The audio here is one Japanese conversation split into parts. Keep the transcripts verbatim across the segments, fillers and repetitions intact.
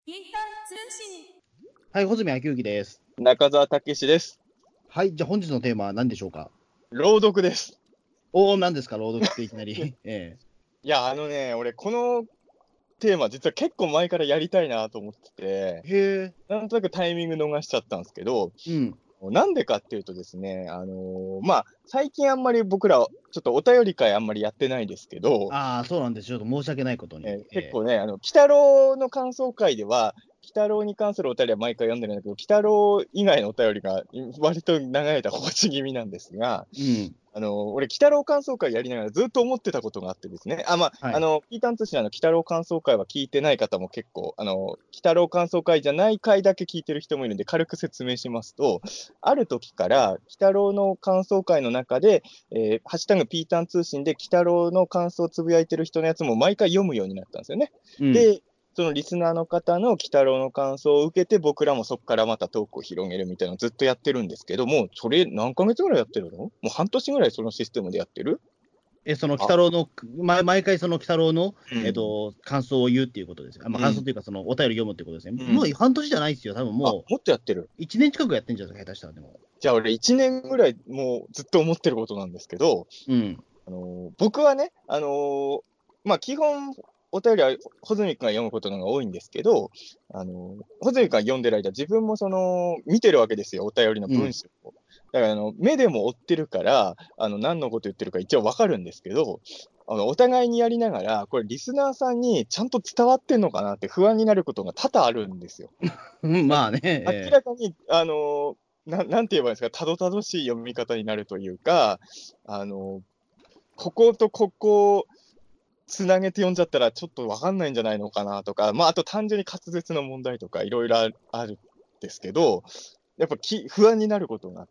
ピーター通信。 はい、穂積昭之です。 中澤武史です。 はい、じゃあ本日のテーマは何でしょうか。 朗読です。 おお、何ですか、朗読っていきなり。えいや、あのね、俺このテーマ実は結構前からやりたいなと思ってて、 えへえ、 なんとなくタイミング逃しちゃったんですけど、 うん。 なんでかっていうとですね、あの、まあ、最近あんまり僕ら、ちょっとお便り会あんまりやってないですけど、 ああ、そうなんです。ちょっと申し訳ないことに。 え、結え構ね、あの、鬼太郎の感想会では、鬼太郎に関するお便りは毎回読んでるんだけど、鬼太郎以外のお便りが、割と長い間放置気味なんですが、 うん。 あの、俺、鬼太郎感想会やりながらずっと思ってたことがあってですね。あ、まあ、 はい。 あの、ピーターン通信の鬼太郎感想会は聞いてない方も結構、あの、鬼太郎感想会じゃない回だけ聞いてる人もいるんで、軽く説明しますと、ある時から、鬼太郎の感想会の中で、えーハッシュタグピーターン通信で鬼太郎の感想をつぶやいてる人のやつも毎回読むようになったんですよね。 うん。 で、そのリスナーの方の鬼太郎の感想を受けて、僕らもそこからまたトークを広げるみたいなのをずっとやってるんですけども、それ何ヶ月ぐらいやってるの？もう半年ぐらいそのシステムでやってる？ え、その、鬼あ、 太郎の、ま、毎回その鬼太郎の、 うん。 えっと、感想を言うっていうことです。あ、まあ、 うん。 感想というか、その、お便り読むってことですね。もううん。 半年じゃないですよ。多分あ、 ももっとやってる。 う、いちねん近くやってんじゃないですか、下手したらでも。 じゃあ俺いちねんぐらいもうずっと思ってることなんですけど、 うん。 あのー僕はね、あのーまあ、基本、お便りは穂積君が読むことの方が多いんですけど、あのー穂積君が読んでる間、自分もその、見てるわけですよ、お便りのうん。 文章を。だから、あの、目でも追ってるから、あの、何のこと言ってるか一応わかるんですけど、あの、お互いにやりながら、これリスナーさんにちゃんと伝わってんのかなって不安になることが多々あるんですよ。 うんまあね、 明えらかに、あの、ななんて言えばいいんですか、たどたどしい読み方になるというか、あの、こことここつなげて読んじゃったらちょっとわかんないんじゃないのかなとか、まあ、あと単純に滑舌の問題とかいろいろあるあるんですけど、やっぱき不安になることがあって、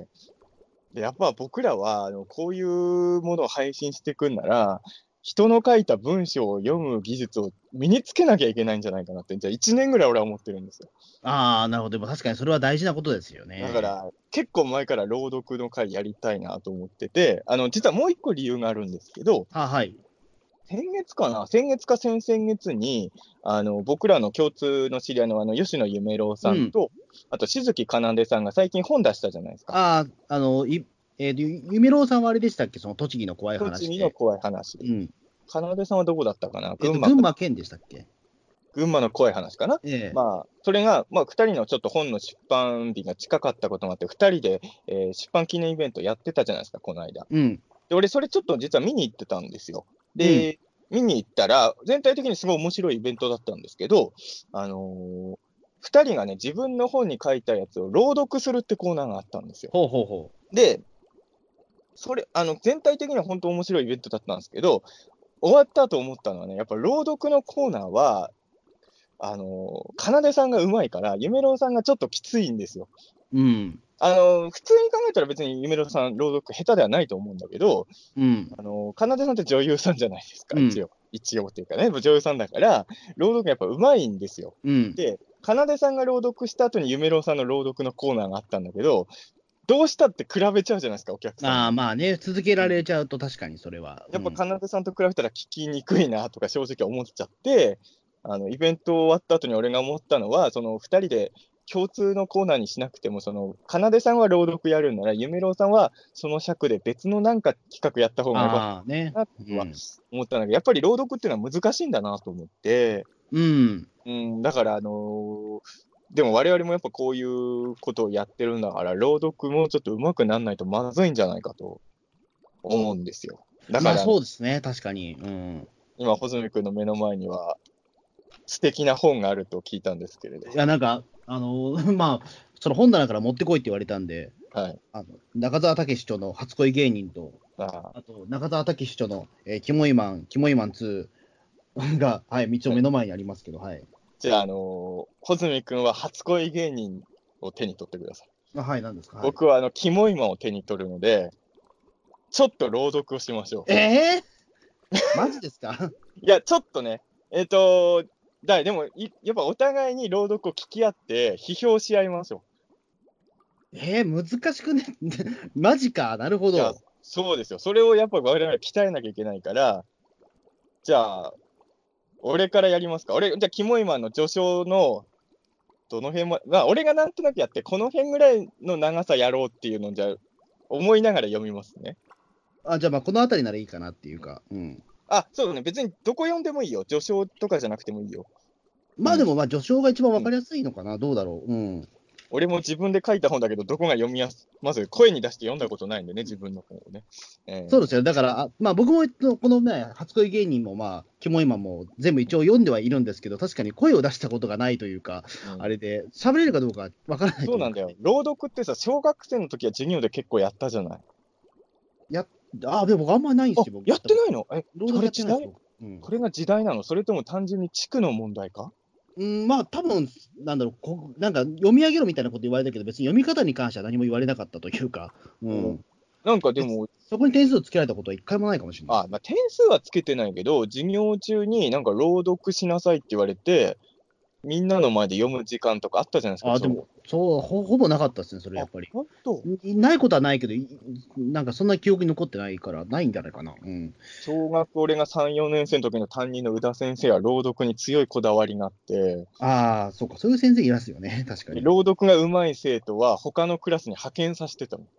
で、やっぱ僕らは、あの、こういうものを配信していくんなら、人の書いた文章を読む技術を身につけなきゃいけないんじゃないかなって、じゃあいちねんぐらい俺は思ってるんですよ。 ああ、なるほど。でも確かにそれは大事なことですよね。 だから、結構前から朗読の会やりたいなと思ってて、あの、実はもう一個理由があるんですけど、 は、はい。 先月かな先月か先々月に、あの、僕らの共通の知り合いのあの、吉野夢郎うん。 さんと、あと、静木かなでさんが最近本出したじゃないですか。 ああ、あの、い、えーと、ゆゆめろうさんはあれでしたっけ、その栃木の怖い栃話で。 木の怖い話。 うん。 かなでさんはどこだったかなえっと、 群馬かな群馬県でしたっけ。 群馬の怖い話かな。 ええ。 まあ、それが、まあ、二人のちょっと本の出版日が近かったこともあって、二人で、えー出版記念イベントやってたじゃないですか、この間。 うん。 で、俺、それちょっと実は見に行ってたんですよ。 うん。 で、見に行ったら、全体的にすごい面白いイベントだったんですけど、あのー二人がね、自分の本に書いたやつを朗読するってコーナーがあったんですよ。 ほうほうほで、それ、あの、全体的には本当面白いイベントだったんですけど、終わったと思ったのはね、やっぱ朗読のコーナーは、あのー、かなでさんが上手いから、夢郎さんがちょっときついんですよ。 う。うん。 あのー、普通に考えたら別に夢郎さん朗読下手ではないと思うんだけど、 うん。 あの、かなでさんって女優さんじゃないですか、 うん。 一応。一応っていうかね、女優さんだから、朗読がやっぱ上手いんですよ。 うん。 で、かなでさんが朗読した後に夢郎さんの朗読のコーナーがあったんだけど、どうしたって比べちゃうじゃないですか、お客さんああ、 が。 まあね、続けらうん。 れちゃうと確かにそれは。うやっぱん。 かなでさんと比べたら聞きにくいなとか正直思っちゃって、あの、イベント終わった後に俺が思ったのは、そのふたりで共通のコーナーにしなくても、その、かなでさんは朗読やるんなら、夢郎さんはその尺で別のなんか企画やった方がよかったああ、ね。 なって僕はうん。 思ったんだけど、やっぱり朗読っていうのは難しいんだなと思って、 うん。 うん、だから、あのーでも我々もやっぱこういうことをやってるんだから、朗読もちょっと上手くならないとまずいんじゃないかと思うんですよ。だまあから、あのそうですね、確かに。うん。 今、穂積君の目の前には素敵な本があると聞いたんですけれど。 いや、なんか、あのーまあ、その本棚から持ってこいって言われたんで、 はい。 あの中澤武史著の初恋芸人と、 ああ、 あと中澤武史著の、えーキモイマン、キモイマンツーが、はい、道を目の前にありますけど、はい。 じゃあ、あのー穂積君は初恋芸人を手に取ってください。 あ、はい、なんですか、はい。 僕はあの、キモいマンを手に取るので、ちょっと朗読をしましょえー、マジですか。 う。いや、ちょっとね、えっ、とだでもい、やっぱお互いに朗読を聞き合って、批評し合いましょえー、難しくね。マジか、なるほう。いや、 ど。 そうですよ。それをやっぱ我々は鍛えなきゃいけないから、じゃあ、 俺からやりますか。俺、じゃあ、キモイマンの序章の、どの辺も、まあ、俺がなんとなくやって、この辺ぐらいの長さやろうっていうのを、じゃあ、思いながら読みますね。 あ、じゃあまあこの辺りならいいかなっていうか、うん。 あ、そうだね。別にどこ読んでもいいよ。序章とかじゃなくてもいいよ。 まあでも、まあ序章が一番わかりやすいのかな、どうだろう。うん。 俺も自分で書いた本だけど、どこが読みやすまず声に出して読んだことないんでね、自分の本をね。えーそうですよ。だから、あまあ僕もこのね、初恋芸人もまあ、キモいマンも全部一応読んではいるんですけど、確かに声を出したことがないというか、 うんあれで、喋れるかどうかわからないというか。 そうなんだよ。朗読ってさ、小学生の時は授業で結構やったじゃない。 やあ、でも僕あんまりないんであすよ、僕。 やってないのえ、 朗それ時読やってないです代よ。うんこれが時代なのそれとも単純に地区の問題かうん、まあ、多分なんだろうこ、なんか読み上げろみたいなこと言われたけど、別に読み方に関しては何も言われなかったというか、うん、 なんかでも、 そこに点数をつけられたことは一回もないかもしれない。 あ、まあ、点数はつけてないけど、授業中になんか朗読しなさいって言われて、みんなの前で読む時間とかあったじゃないですか。 あでもそうほ、ほぼなかったですね、それやっぱり。 本当いないことはないけど、いなんかそんな記憶に残ってないから、ないんじゃないかな。うん、 小学俺がさん、よねん生の時の担任の宇田先生は朗読に強いこだわりがあって、 ああ、そうか、そういう先生いますよね、確かに。 朗読が上手い生徒は他のクラスに派遣させてたの。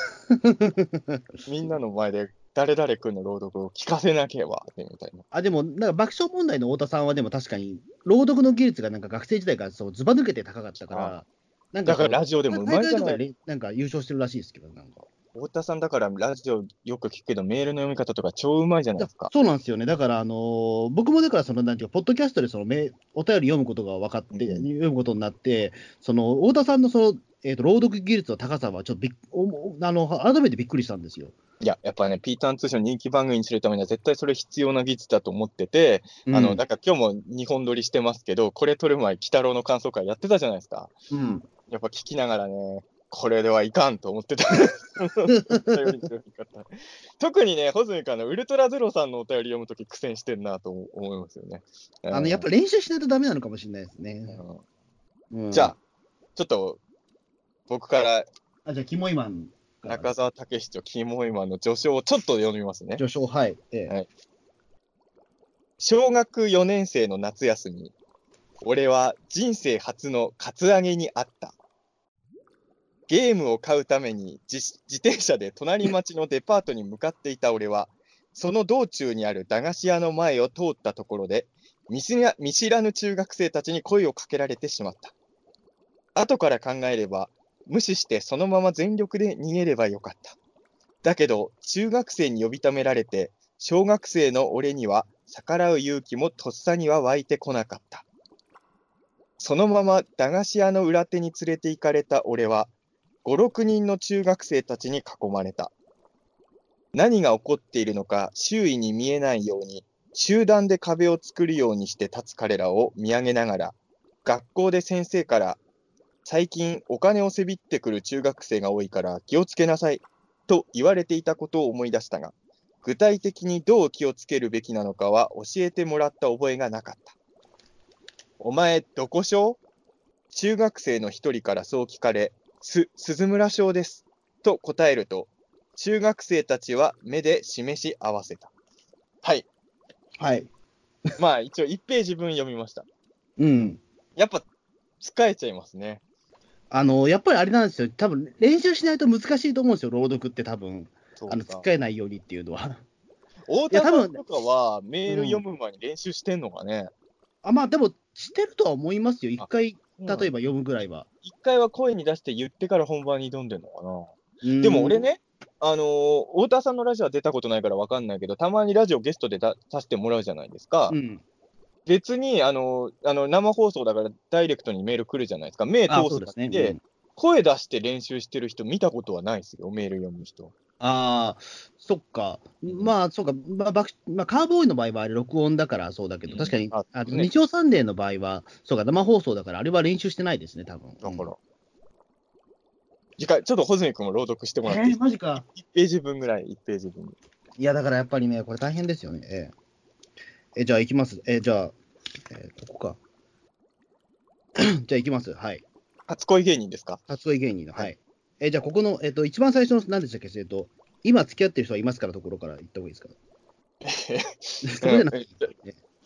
みんなの前で誰々君の朗読を聞かせなければみたいな。 あでも、なんか爆笑問題の太田さんは、でも確かに、朗読の技術がなんか学生時代からそうずば抜けて高かったから、なんかだからラジオでもうまいじゃない大会とかでなんか優勝してるらしいですけど、なんか。 太田さんだからラジオよく聞くけど、メールの読み方とか超うまいじゃないですか。 そうなんですよね。だから、あのー僕もだから、その、なんていうか、ポッドキャストでそのめお便り読むことが分かって、 うん読むことになって、その、太田さんのその、えーと、朗読技術の高さは、ちょっとびっおあの、改めてびっくりしたんですよ。 いや、やっぱね、ピーターン通信を人気番組にするためには絶対それ必要な技術だと思ってて、 うん、 あの、だから今日もにほん撮りしてますけど、これ撮る前、鬼太郎の感想会やってたじゃないですか。 うん、 やっぱ聞きながらね、これではいかんと思ってた。頼りにする方特にね、ホズミ君のウルトラゼロさんのお便り読むとき苦戦してんなと思いますよね。 あの、やっぱ練習しないとダメなのかもしれないですね。うん、 じゃあ、ちょっと僕からあ、じゃあ、キモイマンから中澤武史とキモイマンの序章をちょっと読みますね。 序章、はい。ええはい小学よねん生の夏休み、俺は人生初のカツアゲにあった。ゲームを買うために自自転車で隣町のデパートに向かっていた俺は、その道中にある駄菓子屋の前を通ったところで、見知ら見知らぬ中学生たちに声をかけられてしまった。後から考えれば、無視してそのまま全力で逃げればよかった。だけど、中学生に呼び止められて、小学生の俺には逆らう勇気もとっさには湧いてこなかった。そのまま駄菓子屋の裏手に連れて行かれた俺は、ご、ろくにんの中学生たちに囲まれた。何が起こっているのか周囲に見えないように、集団で壁を作るようにして立つ彼らを見上げながら、学校で先生から、最近お金をせびってくる中学生が多いから気をつけなさいと言われていたことを思い出したが、具体的にどう気をつけるべきなのかは教えてもらった覚えがなかった。お前どこ小？中学生の一人からそう聞かれ、す、鈴村小です。と答えると、中学生たちは目で示し合わせた。はい。 はい。 まあ一応いちページ分読みました。 うん。 やっぱ使えちゃいますね。 あの、やっぱりあれなんですよ。多分練習しないと難しいと思うんですよ、朗読って多分。あの、使えないようにっていうのは。 太田さんとかはメール読む前に練習してんのかね、 うん、あ、まあでも、してるとは思いますよ。一回、 うん、 例えば読むぐらいは。 一回は声に出して言ってから本番に挑んでんのかな。でも俺ね、あのー、太田さんのラジオは出たことないから分かんないけど、たまにラジオゲストで出させてもらうじゃないですか。 うん、 別に、あのー、あの生放送だからダイレクトにメール来るじゃないですか。目通すだけで、ねうん、声出して練習してる人見たことはないですよ、メール読む人。 ああ、そっか。まあ、そうか。まあ、バクまあ、カーボーイの場合はあれ録音だからそうだけど、うん、確かに、ああね、日曜サンデーの場合は、そうか、生放送だから、あれは練習してないですね、多分。 だから。次回、ちょっと穂積君も朗読してもらっていい、 えー、マジか。 いちページ分ぐらい、いちページ分。 いや、だからやっぱりね、これ大変ですよね。えー、えじゃあ行きます。えー、じゃあ、えー、ここか。じゃあ行きます。はい。 初恋芸人ですか？ 初恋芸人の、はい。はい、えー、じゃあここの、えっ、ー、と、一番最初の、何でしたっけ、えっ、ー、と、今付き合ってる人はいますからところから言った方がいいですか？そこじゃなくて、ね、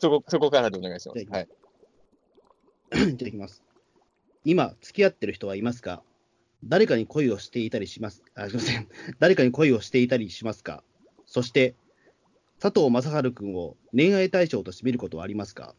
そこ、そこからでお願いします。 じゃはい。 あいきます。今、付き合ってる人はいますか？誰かに恋をしていたりします。あ、すみません。誰かに恋をしていたりしますか？そして、佐藤正治君を恋愛対象として見ることはありますか？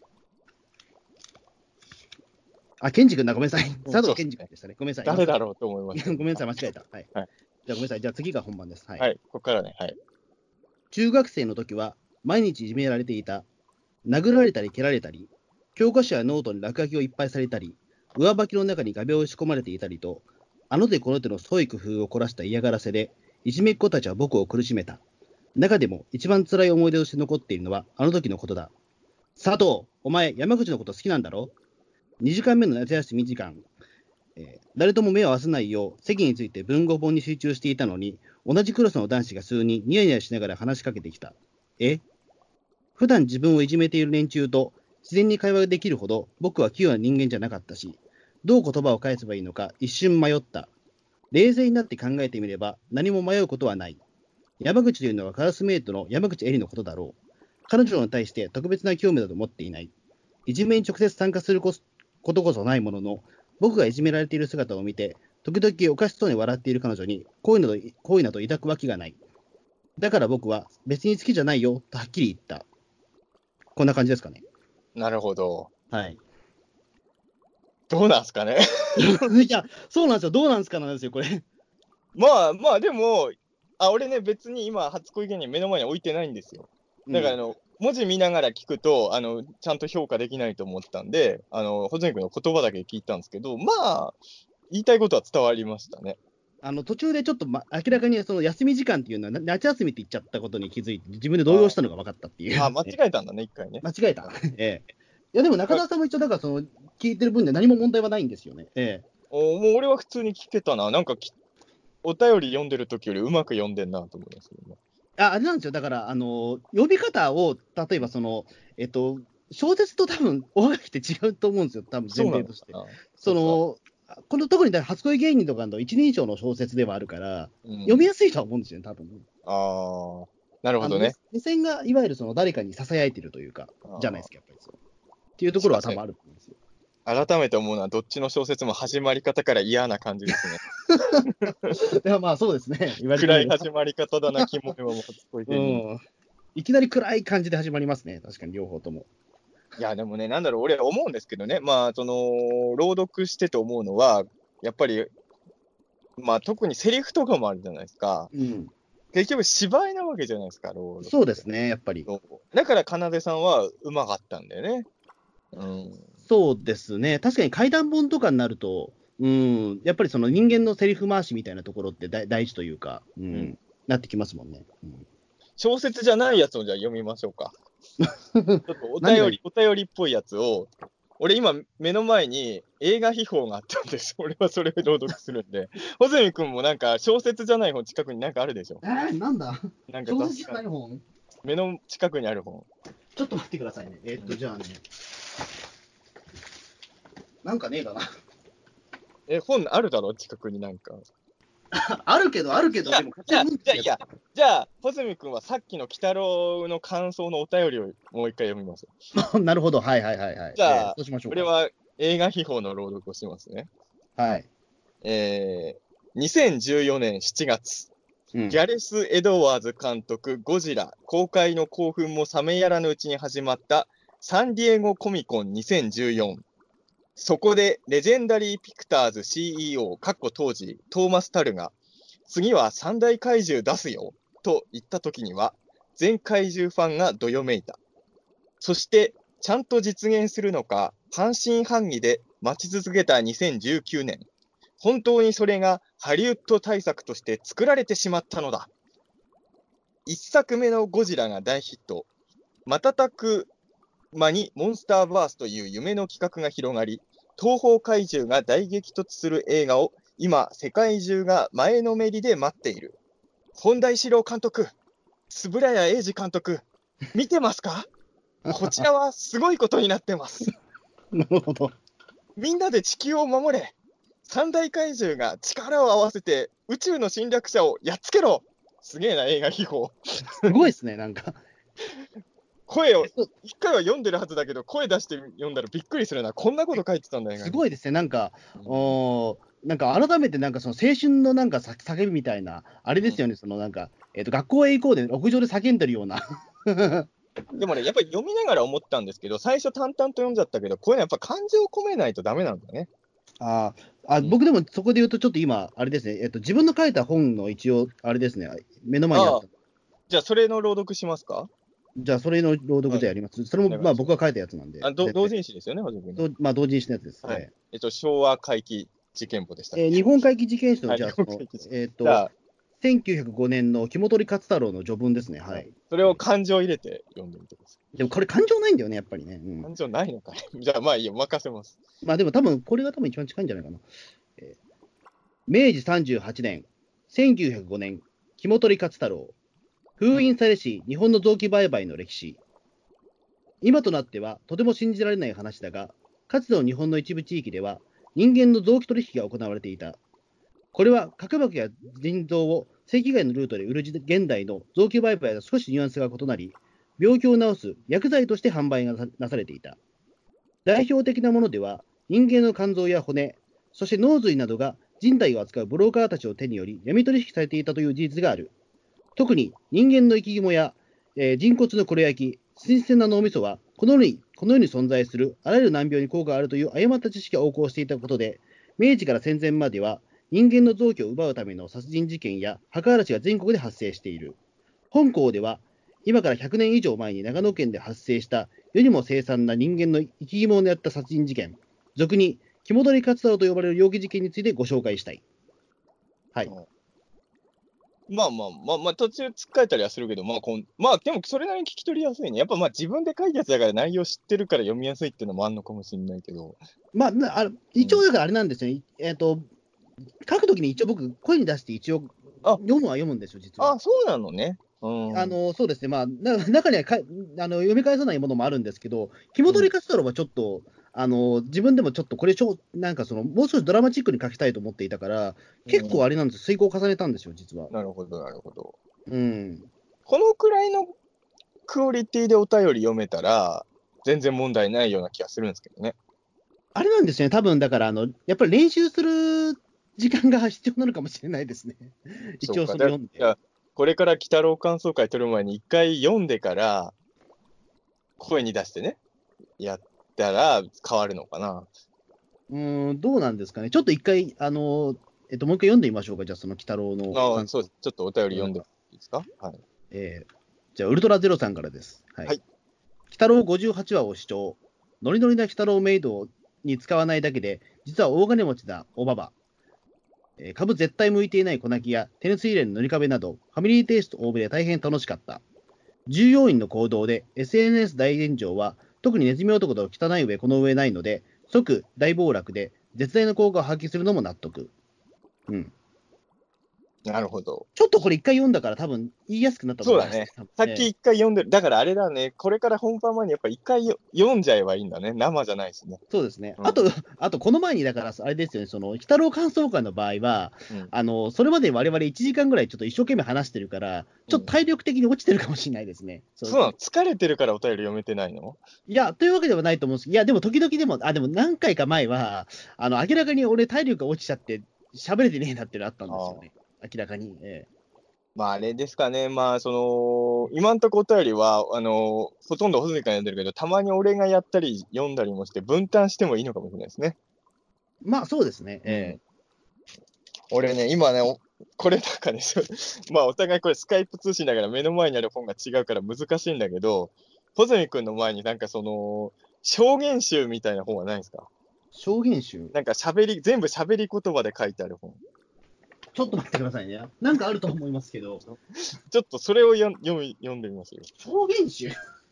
あ、ケンジ君だ。ごめんなさい。佐藤ケンジ君でしたね。ごめんなさい。 誰だろうと思いました。 ごめんなさい。間違えた。はい。 はい、 じゃあごめんなさい。じゃあ次が本番です。はい。 はい、ここからね。はい。 中学生の時は毎日いじめられていた。殴られたり蹴られたり、教科書やノートに落書きをいっぱいされたり、上履きの中に画鋲を仕込まれていたりと、あの手この手の創意工夫を凝らした嫌がらせで、いじめっ子たちは僕を苦しめた。中でも一番辛い思い出として残っているのはあの時のことだ。佐藤、お前山口のこと好きなんだろ？ に 時間目の夏休み時間、えー誰とも目を合わせないよう席について文庫本に集中していたのに、同じクラスの男子が数人ニヤニヤしながら話しかけてきた。え普段自分をいじめている連中と自然に会話ができるほど僕は器用な人間じゃなかったし、どう言葉を返せばいいのか一瞬迷った。冷静になって考えてみれば何も迷うことはない。山口というのはクラスメートの山口エリのことだろう。彼女に対して特別な興味だと思っていない。いじめに直接参加することこそないものの、僕がいじめられている姿を見て、時々おかしそうに笑っている彼女に好意など好意など抱くわけがない。だから僕は別に好きじゃないよとはっきり言った。こんな感じですかね。 なるほど。 はい。 どうなんすかね。 いや、そうなんですよ。どうなんですかなんですよ、これ。 まあまあ、でも、あ、俺ね、別に今、初恋芸人目の前に置いてないんですよ。だからあの、うん、文字見ながら聞くと、あの、ちゃんと評価できないと思ったんで、あの、穂積君の言葉だけ聞いたんですけど、まあ、言いたいことは伝わりましたね。 あの途中でちょっと、ま、明らかにその休み時間っていうのは、夏休みって言っちゃったことに気づいて、自分で動揺したのが分かったっていう。 あ、間違えたんだね、一回ね。 間違えた。ええ。いや、でも中澤さんも一応、だからその、聞いてる分で何も問題はないんですよね。ええ。 おもう俺は普通に聞けたな。なんかき、お便り読んでる時よりうまく読んでんなと思いますけどね。 あ、あれなんですよ。だから、あの、呼び方を、例えばその、えっと、小説と多分、おはがきって違うと思うんですよ。多分前提として。その、この特に初恋芸人とかの一人称の小説ではあるから、うん、読みやすいとは思うんですよね、多分。 ああ、なるほどね。 目線がいわゆるその誰かに囁いてるというか、じゃないですか、やっぱりそう。っていうところは多分あると思うんですよ。 改めて思うのは、どっちの小説も始まり方から嫌な感じですね。 いや、まあそうですね。 暗い始まり方だな、キモいも初恋芸人、 うん。いきなり暗い感じで始まりますね、確かに両方とも。 いや、でもね、なんだろう、俺思うんですけどね、まあ、その、朗読してて思うのは、やっぱり、まあ、特にセリフとかもあるじゃないですか。うん、結局、芝居なわけじゃないですか、朗読。 そうですね、やっぱり。 だから、かなでさんはうまかったんだよね。 うん、そうですね、確かに怪談本とかになると、うん、やっぱりその人間のセリフ回しみたいなところって大大事というか、うん、うん、なってきますもんね。うん、 小説じゃないやつをじゃあ読みましょうか。ちょっとお便り、お便りっぽいやつを、俺今目の前に映画秘宝があったんです。俺はそれを朗読するんで。穂積君もなんか小説じゃない本近くになんかあるでしょ。 えー、なんだなんか小説じゃない本目の近くにある本。 ちょっと待ってくださいね。えー、っと、じゃあね。なんかねえかな。 え、本あるだろ近くになんか。 あるけど、あるけど、でもじゃあ、じゃあ、いや、じゃあ、穂積君はさっきの鬼太郎の感想のお便りをもう一回読みます。 なるほど、はいはいはいはい。 じゃあ、えー、 そうしましょう。 これは映画秘宝の朗読をしますね。 はい。 えー、にせんじゅうよねんしちがつ、うん、ギャレス・エドワーズ監督、ゴジラ、公開の興奮も冷めやらぬうちに始まったサンディエゴコミコンにせんじゅうよん。そこで、レジェンダリー・ピクターズ シーイーオー、かっこ当時、トーマス・タルが、次は三大怪獣出すよ、と言った時には、全怪獣ファンがどよめいた。そして、ちゃんと実現するのか、半信半疑で待ち続けたにせんじゅうきゅうねん。本当にそれがハリウッド大作として作られてしまったのだ。一作目のゴジラが大ヒット。瞬く間にモンスターバースという夢の企画が広がり、東方怪獣が大激突する映画を今、世界中が前のめりで待っている。本田一郎監督、円谷英二監督、見てますか？こちらはすごいことになってます。 なるほど。 みんなで地球を守れ。三大怪獣が力を合わせて宇宙の侵略者をやっつけろ。すげえな、映画秘宝。 すごいですね、なんか。 声をえそう一回は読んでるはずだけど、声出して読んだらびっくりするな。こんなこと書いてたんだよね。 すごいですね、なんか、 うんおーなんか改めてなんかその青春のなんかさ叫びみたいな、あれですよね、そのなんか、えっと学校へ行こうで屋上で叫んでるような。 でもね、やっぱり読みながら思ったんですけど、最初淡々と読んじゃったけど、こういうのやっぱ感情を込めないとダメなんだね。 あーあ、 うん僕でもそこで言うと、ちょっと今、あれですね、えっと、自分の書いた本の一応、あれですね、目の前にあっああ、 た。 じゃあそれの朗読しますか？ じゃあ、それの朗読はい、 でやります。それも、 お願いします。 まあ、僕が書いたやつなんで、 あ、ど同全然。 人誌ですよね、はじめの。 どうまあ、同人誌のやつです。 はい。 えええっと、昭和回帰事件簿でしたっえーけ？ 日本回帰事件史の、 はい、 じゃあ、 日その、 本回帰事件。 えっと、 じゃあ、 せんきゅうひゃくごねんの肝取勝太郎の序文ですね。ははい、 い。 それを感情入れて読んでみてください。 でも、これ、感情ないんだよね、やっぱりね。うん。 感情ないのかい？じゃあ、まあいいよ、任せます。 まあ、でも、多分これが多分一番近いんじゃないかな。えー明治さんじゅうはちねん、せんきゅうひゃくごねん、肝取勝太郎、封印されし日本の臓器売買の歴史。今となってはとても信じられない話だが、かつての日本の一部地域では人間の臓器取引が行われていた。これは角膜や腎臓を正規外のルートで売る現代の臓器売買と少しニュアンスが異なり、病気を治す薬剤として販売がなされていた。代表的なものでは、人間の肝臓や骨、そして脳髄などが人体を扱うブローカーたちを手により闇取引されていたという事実がある。特に人間の生き肝や、えー人骨の黒焼き、新鮮な脳みそはこの世にこの世に存在するあらゆる難病に効果があるという誤った知識が横行していたことで、明治から戦前までは人間の臓器を奪うための殺人事件や墓荒らしが全国で発生している。本校では今からひゃくねん以上前に長野県で発生した世にも凄惨な人間の生き肝を狙った殺人事件、俗に肝取り活動と呼ばれる容疑事件についてご紹介したい。はい。 まあまあまあまあ、途中つっかえたりはするけど、まあこん、まあでもそれなりに聞き取りやすいね。やっぱまあ自分で書いたやつだから内容知ってるから読みやすいっていうのもあるのかもしれないけど。 まあ、なあの一応だからあれなんですよね。えっ、と、書くときに一応僕、声に出して一応あ読むは読むんですよ、実は。 あ、そうなのね。うん。 あのそうですね、まあ、な中にはかあの読み返さないものもあるんですけど、肝取り活動はちょっと、あの自分でもちょっとこれちょ、なんかその、もう少しドラマチックに書きたいと思っていたから、結構あれなんですよ、遂行を重ねたんですよ、実は。 なるほど、なるほど。 うん。 このくらいのクオリティでお便り読めたら、全然問題ないような気がするんですけどね。 あれなんですよね、多分だからあの、やっぱり練習する時間が必要なのかもしれないですね。一応それ読んで。 じゃあ、これから鬼太郎感想会取る前に一回読んでから、声に出してね、やったら変わるのかな。 うーん、どうなんですかね。ちょっと一回、あの、えっと、もう一回読んでみましょうか。じゃあ、その鬼太郎の感ああ、そうです。ちょっとお便り読んでいいですか？はい。 えーじゃあ、ウルトラゼロさんからです。はい。 はい鬼太郎ごじゅうはちわを視聴。ノリノリな鬼太郎メイドに使わないだけで、実は大金持ちだ、おばば。えー株絶対向いていない小泣きやテニス入れの塗り壁など、ファミリーテイスト多めで大変楽しかった。従業員の行動で エスエヌエス 大炎上は、特にネズミ男と汚い上この上ないので、即大暴落で絶大な効果を発揮するのも納得。うん。 なるほど。 ちょっとこれ一回読んだから多分言いやすくなったとそうだね。 思います。多分さっき一回読んでる。だからあれだね。これから本番前にやっぱ一回よ読んじゃえばいいんだね。生じゃないしね。 そうですね。 うんあと、あとこの前に、だから、あれですよね、その、鬼太郎感想会の場合は、 うん。 あの、それまで我々いちじかんぐらいちょっと一生懸命話してるから、ちょっと体力的に落ちてるかもしれないですね。 そうなの？疲れてるからお便り読めてないの？ いや、というわけではないと思うんですけど、いや、でも時々でも、あ、でも何回か前は、あの、明らかに俺体力が落ちちゃって、喋れてねえなっていうのあったんですよね。明らかに。ええまああれですかね。まあその、今んとこお便りは、あの、ほとんど細井から読んでるけど、たまに俺がやったり読んだりもして分担してもいいのかもしれないですね。 まあ、そうですね。え俺ね、今ね、おこれなんかね、そうまあお互いこれスカイプ通信だから目の前にある本が違うから難しいんだけど、穂積君の前になんかその、証言集みたいな本はないですか？ え証言集。 なんか喋り、全部喋り言葉で書いてある本。 ちょっと待ってくださいね。なんかあると思いますけど、 ちょっとそれを読ん読み読んでみますよ。 証言集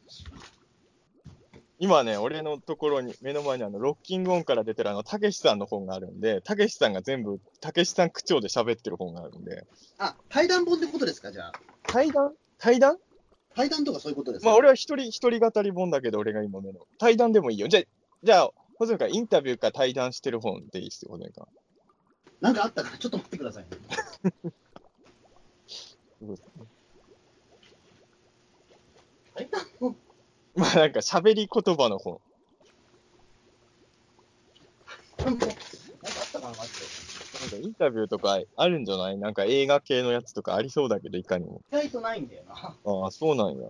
今ね、俺のところに、目の前にあの、ロッキングオンから出てるあの、たけしさんの本があるんで、たけしさんが全部、たけしさん口調で喋ってる本があるんで。 あ、対談本ってことですか、じゃあ。 対談対談対談とかそういうことですか。 まあ、俺は一人、一人語り本だけど、俺が今目の。対談でもいいよ。じゃあ、じゃあ、保存からインタビューか対談してる本でいいっすよ、保存から。 なんかあったから、ちょっと待ってくださいね。対談本まあなんか喋り言葉の本。 なんかあったかな、マジなんかインタビューとかあるんじゃない？なんか映画系のやつとかありそうだけど、いかにも。 で。意外とないんだよな。 ああ、そうなんや。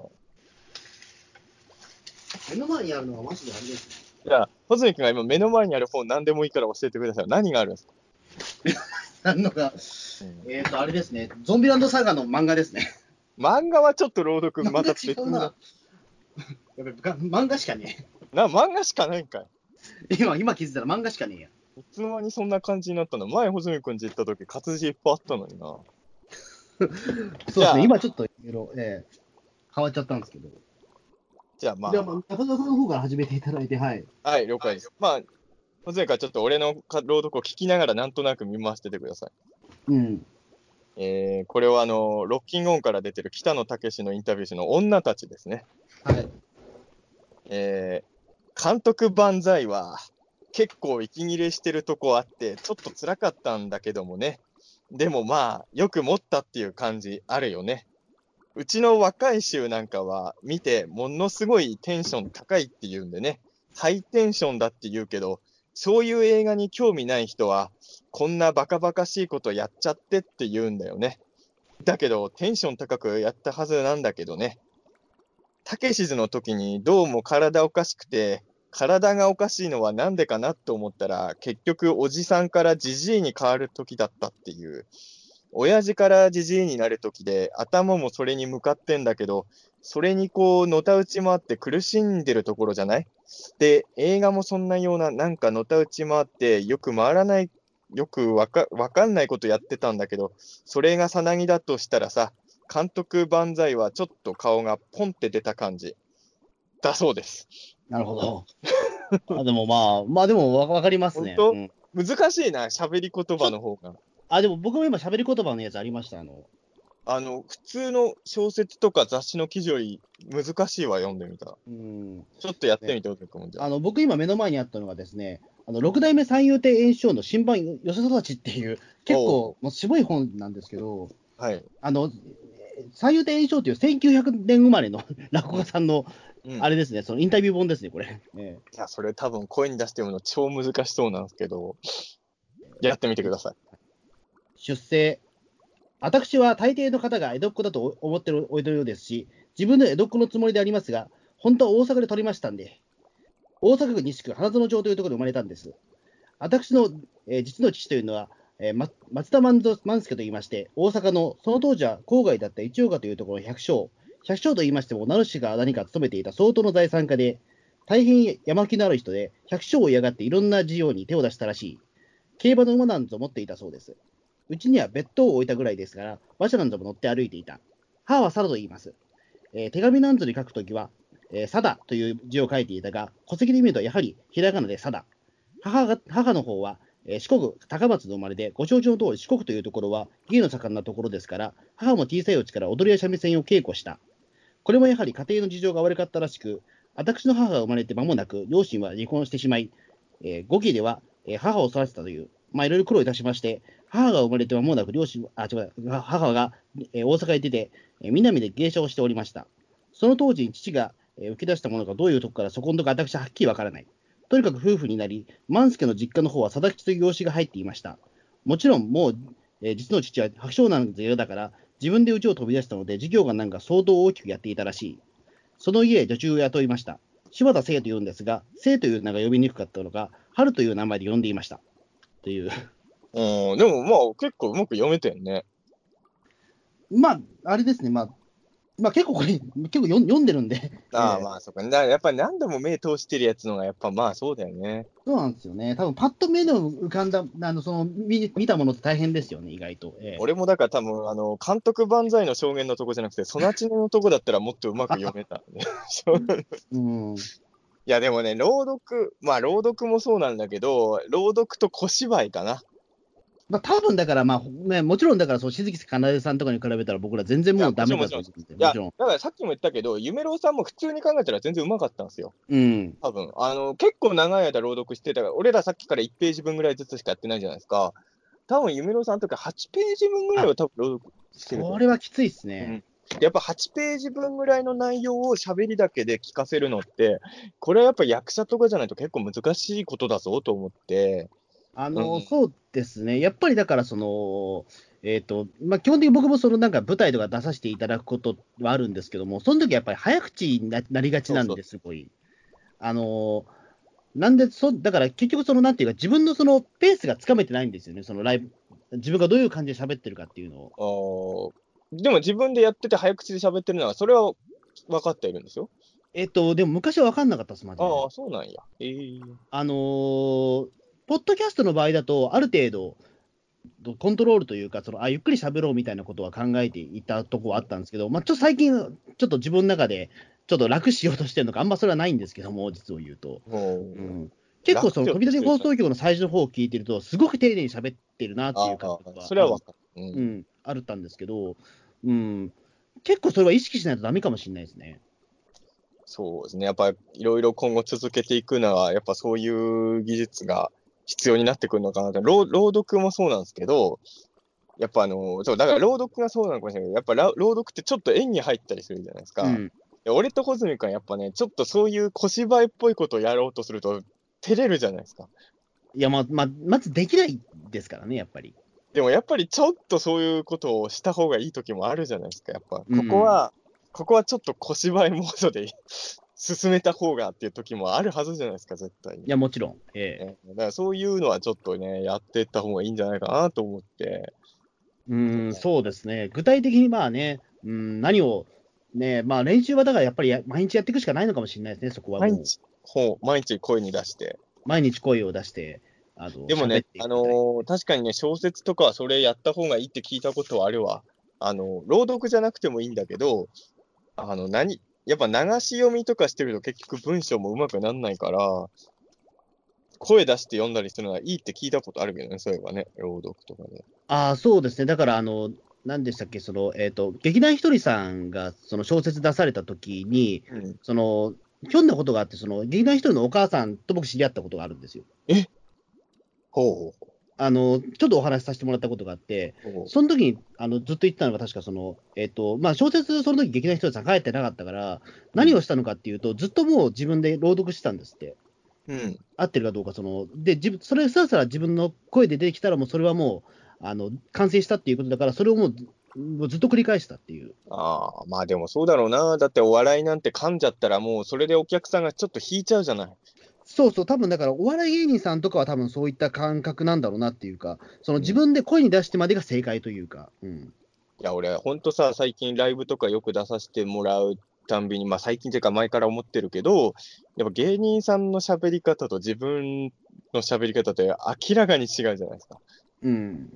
目の前にあるのはマジであれですね。 じゃあ、穂積君が今目の前にある本何でもいいから教えてください。何があるんですか？ あのが、 うんえっ、と、あれですね。ゾンビランドサガの漫画ですね。 漫画はちょっと朗読また漫画違うな。 別な。 やべ、が漫画しかねな、漫画しかないんかい。 え。今、今気づいたら漫画しかねえや。 いつの間にそんな感じになったの？前、穂積君家行った時活字いっぱいあったのにな。 そうですじゃあね。今ちょっといろいろ、ええ変わっちゃったんですけど。 じゃあまでは、まあ、中澤さんの方から始めていただいて、はい。 あ、はい、了解です。まあ、穂積君はちょっと俺のか朗読を聞きながらなんとなく見回しててください。 うん。 えー、これはあの、ロッキンオンから出てる北野武のインタビュー誌の女たちですね。 はい。 えー、監督万歳は結構息切れしてるとこあって、ちょっと辛かったんだけどもね。でもまあ、よく持ったっていう感じあるよね。うちの若い衆なんかは見て、ものすごいテンション高いって言うんでね。ハイテンションだって言うけど、そういう映画に興味ない人は、こんなバカバカしいことやっちゃってって言うんだよね。だけど、テンション高くやったはずなんだけどね。たけしずの時にどうも体おかしくて、体がおかしいのはなんでかなって思ったら、結局おじさんからじじいに変わる時だったっていう。親父からじじいになる時で、頭もそれに向かってんだけど、それにこう、のたうち回って苦しんでるところじゃない？で、映画もそんなような、なんかのたうち回って、よく回らない、よくわか、わかんないことやってたんだけど、それがさなぎだとしたらさ、監督万歳はちょっと顔がポンって出た感じだそうです。 なるほど。あ、でもまあ、まあでもわわかりますね。 本当？ うん。 難しいな、喋り言葉の方が。 あ、でも僕も今喋り言葉のやつありました。あの、 あの、普通の小説とか雑誌の記事より難しいわ、読んでみたら。 うん。 ちょっとやってね、 みて、おくもんじゃあ。 あの、僕今目の前にあったのがですね、あの、六代目三遊亭圓生の新版よそ育ちっていう、結おう、 構もう渋い本なんですけど、 はい。 あの、三遊亭圓生っていうせんきゅうひゃくねん生まれの落語家さんの、 うん。 あれですね、そのインタビュー本ですね、これ。えいや、それ多分声に出して読むの超難しそうなんですけど、やってみてください。 出世。私は大抵の方が江戸っ子だと思っておいてるようですし、自分の江戸っ子のつもりでありますが、本当は大阪で取りましたんで、大阪府西区花園町というところで生まれたんです。私の、えー実の父というのは、えーま、松田万蔵万助と言いまして、大阪のその当時は郊外だった一岡というところの百姓、百姓と言いましても、名主が何か務めていた相当の財産家で、大変山気のある人で、百姓を嫌がっていろんな事業に手を出したらしい。競馬の馬なんぞ持っていたそうです。うちには別当を置いたぐらいですから、馬車なんぞも乗って歩いていた。母はサラと言います。えー手紙なんぞに書くときは、えーサダという字を書いていたが、戸籍で見るとやはりひらがなでサダ。母が母の方は、えー四国高松の生まれで、ご承知の通り四国というところは芸の盛んなところですから、母も小さいうちから踊りや三味線を稽古した。これもやはり家庭の事情が悪かったらしく、私の母が生まれて間もなく、両親は離婚してしまい、えー、五家では、えー母を育てたという、まあ、いろいろ苦労いたしまして、母が生まれて間もなく両親、あ、違う、母が、えー大阪へ出て、えー南で芸者をしておりました。その当時に父が、えー、受け出したものがどういうとこからそこのとこ私ははっきりわからない。とにかく夫婦になり、万助の実家の方は貞吉という養子が入っていました。もちろんもう、えー実の父は白鳥なんぞ嫌だから、自分で家を飛び出したので、事業がなんか相当大きくやっていたらしい。その家へ女中を雇いました。柴田聖というんですが、聖という名が呼びにくかったのか、春という名前で呼んでいました。という。 うん、でもまあ結構うまく読めてんね。 まあ、あれですね、まあ、まあ、結構これ、結構読ん読んでるんで、 ああ、 えーまあそっか。だやっぱり何度も目通してるやつのがやっぱまあそうだよね。 そうなんですよね。多分パッと目の浮かんだ、あのその見見たものって大変ですよね、意外と。え俺もだから多分あの、監督万歳の証言のとこじゃなくて、ソナチネのとこだったらもっとうまく読めた。 ーうん、 いやでもね、朗読、まあ朗読もそうなんだけど、朗読と小芝居かな。 まあ、多分だから、まあね、もちろんだから、そう静木かなでさんとかに比べたら、僕ら全然いや、 もうダメもちろんもちろん。いだと思うんで、もや、 ちろん。 だからさっきも言ったけど、夢郎さんも普通に考えたら全然うまかったんですよ。 うん、 多分。あの、結構長い間朗読してたから、俺らさっきからいちページ分ぐらいずつしかやってないじゃないですか。多分、夢郎さんの時はちページ分ぐらいあ、 は多分朗読してると思それはきついっすう。うね。 ん。 やっぱはちページ分ぐらいの内容を喋りだけで聞かせるのって、これはやっぱ役者とかじゃないと結構難しいことだぞと思って、 あの、 うん、 そうですね。やっぱりだから、その、えっと、まあ、基本的に僕もそのなんか舞台とか出させていただくことはあるんですけども、その時やっぱり早口にななりがちそうそう。 なんですごい。あの、なんで、そ、だから結局その、なんていうか、自分のそのペースがつかめてないんですよね。そのライブ、自分がどういう感じで喋ってるかっていうのを。 あーでも自分でやってて早口で喋ってるのは、それは分かっているんですよ。 えっと、でも昔は分かんなかったです、マジで。 ああ、そうなんや。ええあのーポッドキャストの場合だと、ある程度、とコントロールというか、そのあゆっくり喋ろうみたいなことは考えていたとこはあったんですけど、まあ、ちょっと最近、ちょっと自分の中で、ちょっと楽しようとしてるのか、あんまそれはないんですけども、実を言うと。 もう、 うん、結構、その楽しよう飛び出しとしてるじゃん。 放送局の最初の方を聞いてると、すごく丁寧に喋ってるなっていう感ああ、 覚はある、 それは分かる。うん。 うん、あるったんですけど、うん、結構それは意識しないとダメかもしれないですね。 そうですね。やっぱりいろいろ今後続けていくのは、やっぱそういう技術が必要になってくるのかなと。朗朗読もそうなんですけど、やっぱあの、そう、だから朗読がそうなのかもしれないけど、やっぱら朗読ってちょっと演技入ったりするじゃないですか。 うん。 で俺と穂積君はやっぱね、ちょっとそういう小芝居っぽいことをやろうとすると、照れるじゃないですか。 いや、まあ、まあ、まずできないですからね、やっぱり。 でもやっぱりちょっとそういうことをした方がいい時もあるじゃないですか。やっぱ、 うん。 ここは、ここはちょっと小芝居モードで進めた方がっていう時もあるはずじゃないですか、絶対に。 いや、もちろん。ええ。 ね、だからそういうのはちょっとね、やっていった方がいいんじゃないかなと思って。 うん、そうですね。具体的にまあね、うん、何を、ね、まあ練習はだからやっぱりや毎日やっていくしかないのかもしれないですね、そこはもう。 毎日、ほう、毎日声に出して。 毎日声を出して、あの、 でもね、 喋っていあくみたいのー確かにね、小説とかはそれやった方がいいって聞いたことはあるわ。あの、朗読じゃなくてもいいんだけど、あの、何、やっぱ流し読みとかしてると結局文章も上手くなんないから、声出して読んだりするのはいいって聞いたことあるけどね、そういえばね、朗読とかで。 な。ああ、そうですね。だから、あの、何でしたっけ、その、えっと、劇団ひとりさんが、その小説出された時に、 うん。 その、ひょんなことがあって、その、劇団ひとりのお母さんと僕知り合ったことがあるんですよ。 えほうあの、ちょっとお話しさせてもらったことがあって、 ほうほう。 その時に、あの、ずっと言ってたのが、確かその、えっと、まあ、小説、その時劇団ひとりさん書いてなかったから、 うん。 何をしたのかっていうと、ずっともう自分で朗読してたんですって。 うん。 合ってるかどうか、その、で、自分、それさらさら自分の声で出てきたら、もうそれはもう、あの、完成したっていうことだから、それをもう、もうずっと繰り返したっていう。 ああ、まあでもそうだろうな。だってお笑いなんて噛んじゃったらもうそれでお客さんがちょっと引いちゃうじゃない。 そうそう、多分だから、お笑い芸人さんとかは多分そういった感覚なんだろうなっていうか、そのうん。 自分で声に出してまでが正解というか、うん。 いや、俺、ほんとさ、最近ライブとかよく出させてもらうたんびに、まあ最近っていうか前から思ってるけど、やっぱ芸人さんの喋り方と自分の喋り方って明らかに違うじゃないですか。 うん。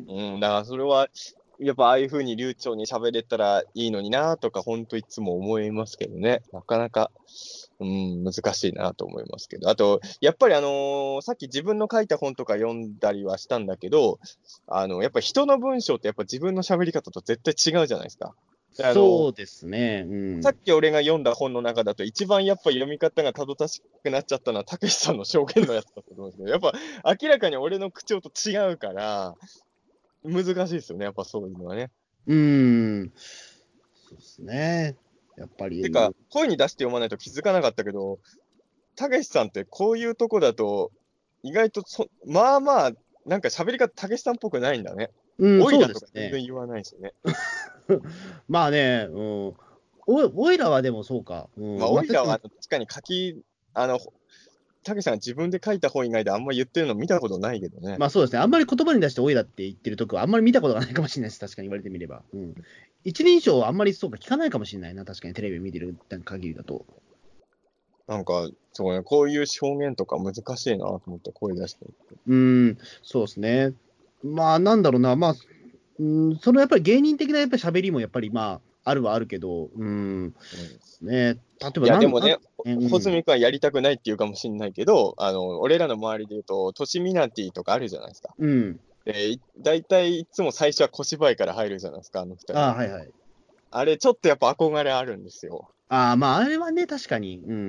うん、だからそれは、やっぱああいう風に流暢に喋れたらいいのになとか、ほんといつも思いますけどね。なかなか、うん、難しいなと思いますけど。あと、やっぱりあの、さっき自分の書いた本とか読んだりはしたんだけど、あの、やっぱ人の文章ってやっぱ自分の喋り方と絶対違うじゃないですか。で、あの、 そうですね。うさっん。 き俺が読んだ本の中だと、一番やっぱ読み方がたどたしくなっちゃったのは、たけしさんの証言のやつだったと思うんですけど、やっぱ明らかに俺の口調と違うから、難しいですよね、やっぱそういうのはね。 うーん。そうですね。やっぱてか、 り、 声に出して読まないと気づかなかったけど、たけしさんってこういうとこだと、意外とそ、まあまあ、なんか喋り方たけしさんっぽくないんだね。 うん、そうオイラとか全ですね。 然言わないですよね。 まあね、うん。お、おいらはでもそうか。うまあ、 ん。まあ、 オイラはうん、 あの確かに書き、あの、たけしさんが自分で書いた本以外であんま言ってるの見たことないけどね。 まあそうですね。あんまり言葉に出しておいだって言ってるとこはあんまり見たことがないかもしれないです。確かに言われてみれば。うん。一人称はあんまりそうか聞かないかもしれないな。確かにテレビ見てる限りだと。 なんか、そうね、こういう表現とか難しいなと思って声出してる。 うん、そうですね。まあなんだろうな。まあ、うん、そのやっぱり芸人的なやっぱり喋りもやっぱりまあ、あるはあるけど、うん、 うん、 ね。例えばいや、 なん、なん、 でもね、 えうん。 穂積君はやりたくないって言うかもしれないけど、あの、俺らの周りで言うと、トシミナティとかあるじゃないですか。 うん。 で、い大体いつも最初は小芝居から入るじゃないですか、あの二人。 ああ、はいはい。 あれ、ちょっとやっぱ憧れあるんですよ。 ああ、まああれはね、確かに。うん。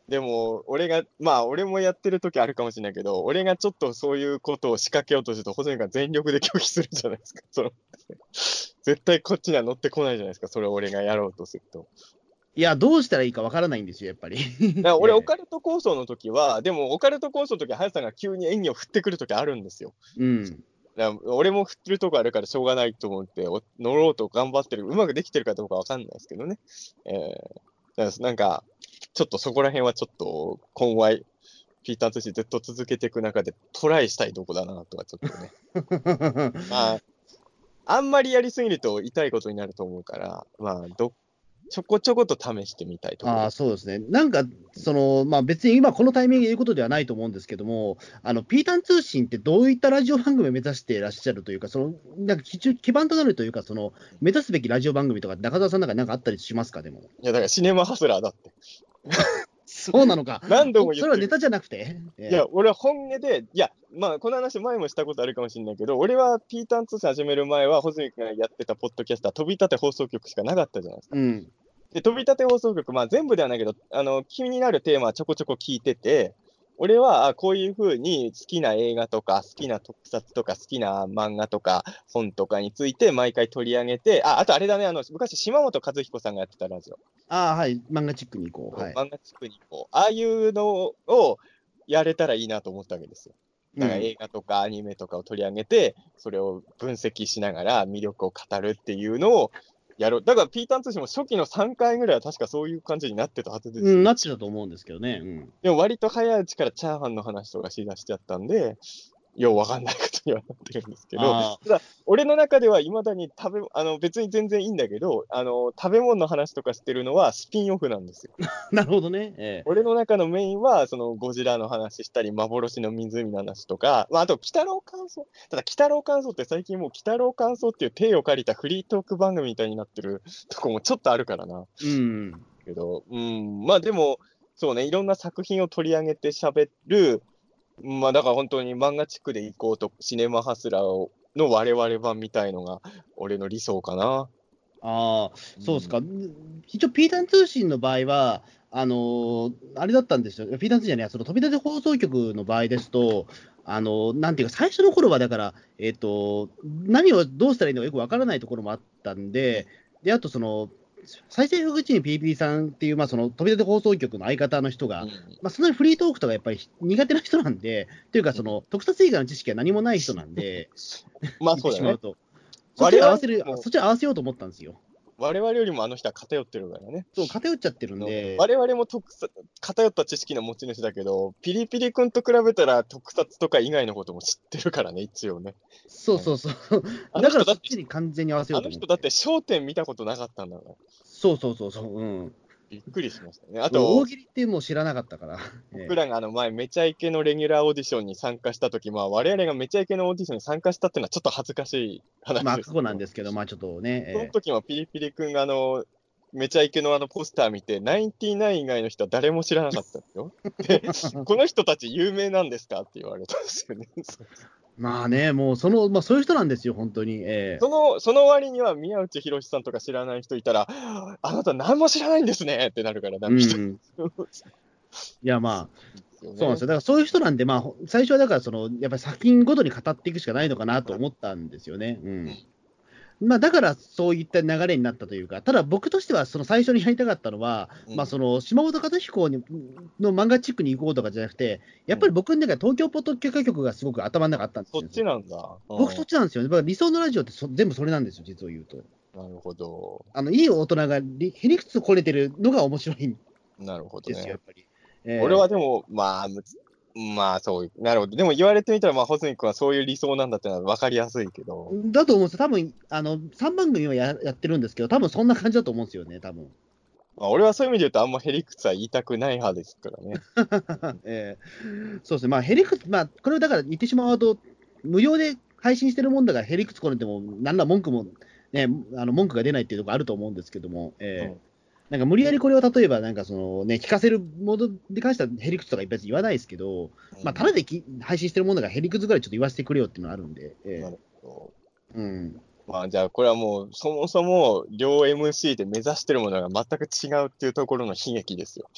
でも、俺が、まあ、俺もやってる時あるかもしれないけど、俺がちょっとそういうことを仕掛けようとすると、細井が全力で拒否するじゃないですか。その絶対こっちには乗ってこないじゃないですか、それを俺がやろうとすると。 いや、どうしたらいいかわからないんですよ、やっぱり。 だから俺、 ええオカルト構想の時は、でも、オカルト構想の時は、林さんが急に演技を振ってくる時あるんですよ。 うん。 だから俺も振ってるとこあるからしょうがないと思ってお乗ろうと頑張ってる。うまくできてるかどうかわかんないですけどね。えー、だからなんか、ちょっとそこら辺はちょっと今後、ピーター通信ずっと続けていく中でトライしたいとこだなとはちょっとね。まあ、あんまりやりすぎると痛いことになると思うから、まあ、どちょこちょこと試してみたいところああ、 です。 そうですね。なんか、その、まあ別に今このタイミングで言うことではないと思うんですけども、あの、ピータン通信ってどういったラジオ番組を目指していらっしゃるというか、その、なんか基準基盤となるというか、その、目指すべきラジオ番組とか、中澤さんの中でなんかあったりしますか、でも。 いや、だからシネマハスラーだって。 そうなのか。 何度もお言ってる。 それはネタじゃなくて。ええいや、俺は本音で、いや、まあ、この話前もしたことあるかもしれないけど、俺はピーターン通信始める前は、穂積君がやってたポッドキャスター、飛び立て放送局しかなかったじゃないですか。 うん。 で、飛び立て放送局、まあ全部ではないけど、あの、気になるテーマはちょこちょこ聞いてて、俺は、あこういうふうに好きな映画とか、好きな特撮とか、好きな漫画とか、本とかについて毎回取り上げて、あ、あとあれだね、あの、昔、島本和彦さんがやってたラジオ。 ああ、はい。漫画チックに行こう。はい。 漫画地区にこう、ああいうのをやれたらいいなと思ったわけですよ。だからうん。 映画とかアニメとかを取り上げて、それを分析しながら魅力を語るっていうのをやろう。だから、ピーターン通信も初期のさんかいぐらいは確かそういう感じになってたはずでうん、 すよ。 なってたと思うんですけどね。うん。 でも割と早いうちからチャーハンの話とかしだしちゃったんで、ようわかんないことにはなってるんですけど、 あただ、俺の中ではいまだに食べ、あの、別に全然いいんだけど、あの、食べ物の話とかしてるのはスピンオフなんですよ。 あ、なるほどね。ええ俺の中のメインは、そのゴジラの話したり、幻の湖の話とか、まあ、あと、鬼太郎感想。ただ、鬼太郎感想って最近もう鬼太郎感想っていう体を借りたフリートーク番組みたいになってるとこもちょっとあるからな。 うん。 けど、うん、まあでも、そうね、いろんな作品を取り上げて喋る、まあだから本当に漫画地区で行こうと、シネマハスラーをの我々版みたいのが、俺の理想かな。 ああ、そうですうんか。一応、ピータン通信の場合は、あのーあれだったんですよ。ピータン通信じゃない、その飛び立て放送局の場合ですと、あのーなんていうか、最初の頃はだから、えっ、と、何をどうしたらいいのかよくわからないところもあったんで、で、あと、その、再生口に ピーピー さんっていう、まあ、その飛び立て放送局の相方の人が、 うんまあ、そんなにフリートークとかやっぱり苦手な人なんで、というか、その特撮以外の知識は何もない人なんで、言っまあそうだね。 てしまうと、そっち我々 に合わせる、 も、 そっちに合わせようと思ったんですよ。 我々よりもあの人は偏ってるからね。 そう、偏っちゃってるんので、 我々も特撮偏った知識の持ち主だけど、ピリピリ君と比べたら特撮とか以外のことも知ってるからね、一応ね。 そうそうそう。 あのだから人だって、 そっちに完全に合わせよあうと思って。 の人だって焦点見たことなかったんだから。 そうそうそうそう。うん。 びっくりしましたね。あうん大と、 喜利ってもう知らなかったから。ええ僕らがあの前、めちゃイケのレギュラーオーディションに参加したとき、まあ我々がめちゃイケのオーディションに参加したっていうのはちょっと恥ずかしいまあ、過去話ですけど、 なんですけど、まあちょっとね、 そのえ時はピリピリ君があの、めちゃイケのあのポスター見て、ナインティナイン以外の人は誰も知らなかったんですよ。で、この人たち有名なんですかって言われたんですよね。 まあね、もうその、まあそういう人なんですよ、本当に。ええその、その割には宮内博さんとか知らない人いたら、あなた何も知らないんですねってなるから、 うダメ人。 ん。いや、まあ、 ですよね。 そうなんですよ。だからそういう人なんで、まあ、ほ最初はだから、その、やっぱり作品ごとに語っていくしかないのかなと思ったんですよね。うん。まあ、だからそういった流れになったというか、ただ僕としては、その最初にやりたかったのは、 うんまあ、その島本和彦にの漫画チックに行こうとかじゃなくて、やっぱり僕の中で東京ポッドキャスト局がすごく頭の中あったんですよ。 そっちなんだ。 僕、そっちなんですよね。だから理想のラジオってそ全部それなんですよ、実を言うと。 うん、なるほど。 あのいい大人がりへりくつこねてるのが面白いんなるほどですよ、やね。 っぱり。え俺はーでも、まあ、むつまあ、そう、なるほど。でも言われてみたら、まあ、ホズミ君はそういう理想なんだってのは分かりやすいけど、 だと思うんですよ。多分あのさんばん組はややってるんですけど、多分そんな感じだと思うんですよね、多分まあ、俺はそういう意味で言うと、あんまへりくつは言いたくない派ですからね。 えーそうですね、まあ、へりくつ、まあ、これをだから言ってしまうと、無料で配信してるもんだから、へりくつこねても、なんら文句も、ね、あの文句が出ないっていうところあると思うんですけども、えーうんなんか無理やりこれを例えば、なんかそのね、聞かせるものに関してはへりくつとか別に言わないですけど、まあ、ただでき配信してるものがへりくつぐらいちょっと言わせてくれよっていうのがあるんで、えなるほーうん、 ど。まあ、じゃあ、これはもう、そもそも、両 エムシー で目指してるものが全く違うっていうところの悲劇ですよ。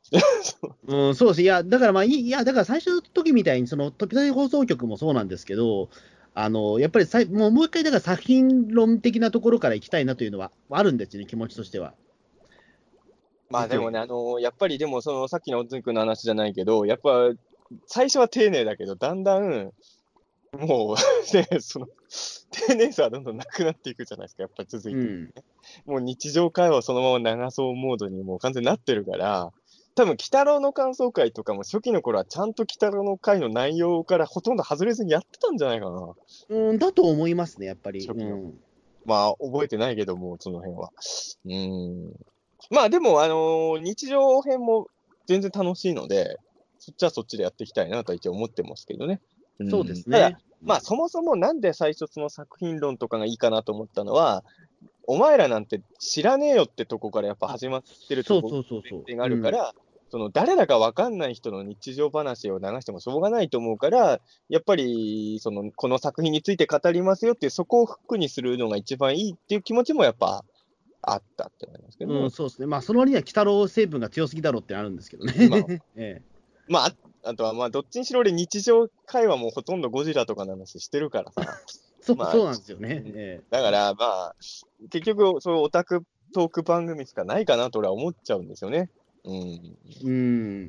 うん、そうです。いや、だからまあいい、いや、だから最初の時みたいに、その、時々放送局もそうなんですけど、あの、やっぱりさいもう、もう一回、だから作品論的なところから行きたいなというのはあるんですよね、気持ちとしては。実を言う。 まあでもね、あのやっぱりでも、そのさっきのおつみくんの話じゃないけど、やっぱ最初は丁寧だけど、だんだんもうね、その丁寧さはどんどんなくなっていくじゃないですか、やっぱり続いていく。 うん。 もう日常会話をそのまま流そうモードにもう完全になってるから、多分鬼太郎の感想会とかも初期の頃はちゃんと鬼太郎の会の内容からほとんど外れずにやってたんじゃないかな、 うん、だと思いますね、やっぱり。 初期の。 うん。 まあ、覚えてないけども、その辺は。うーん。まあ、でも、あのー日常編も全然楽しいので、そっちはそっちでやっていきたいなとは一応思ってますけどね。うそうでん。ただ、 すね。 まあ、そもそもなんで最初その作品論とかがいいかなと思ったのは、お前らなんて知らねえよってとこからやっぱあ、 始まってるとこ、 そうそうそう前そう。 提があうん。 るから、その誰だかわかんない人の日常話を流してもしょうがないと思うから、やっぱりそのこの作品について語りますよっていう、そこをフックにするのが一番いいっていう気持ちもやっぱあったって思いますけどうん、 ね。 そうですね。まあ、その割には、鬼太郎成分が強すぎだろうってあるんですけどね。 まあ、 ええ、 まあ、ああとはまあ、どっちにしろ俺日常会話もほとんどゴジラとかの話してるからさ。 そう、 まあ、 そうなんですよね。 うん、 えだからまあ、結局そういうオタクトーク番組しかないかなと俺は思っちゃうんですよね。うん。 え、うん、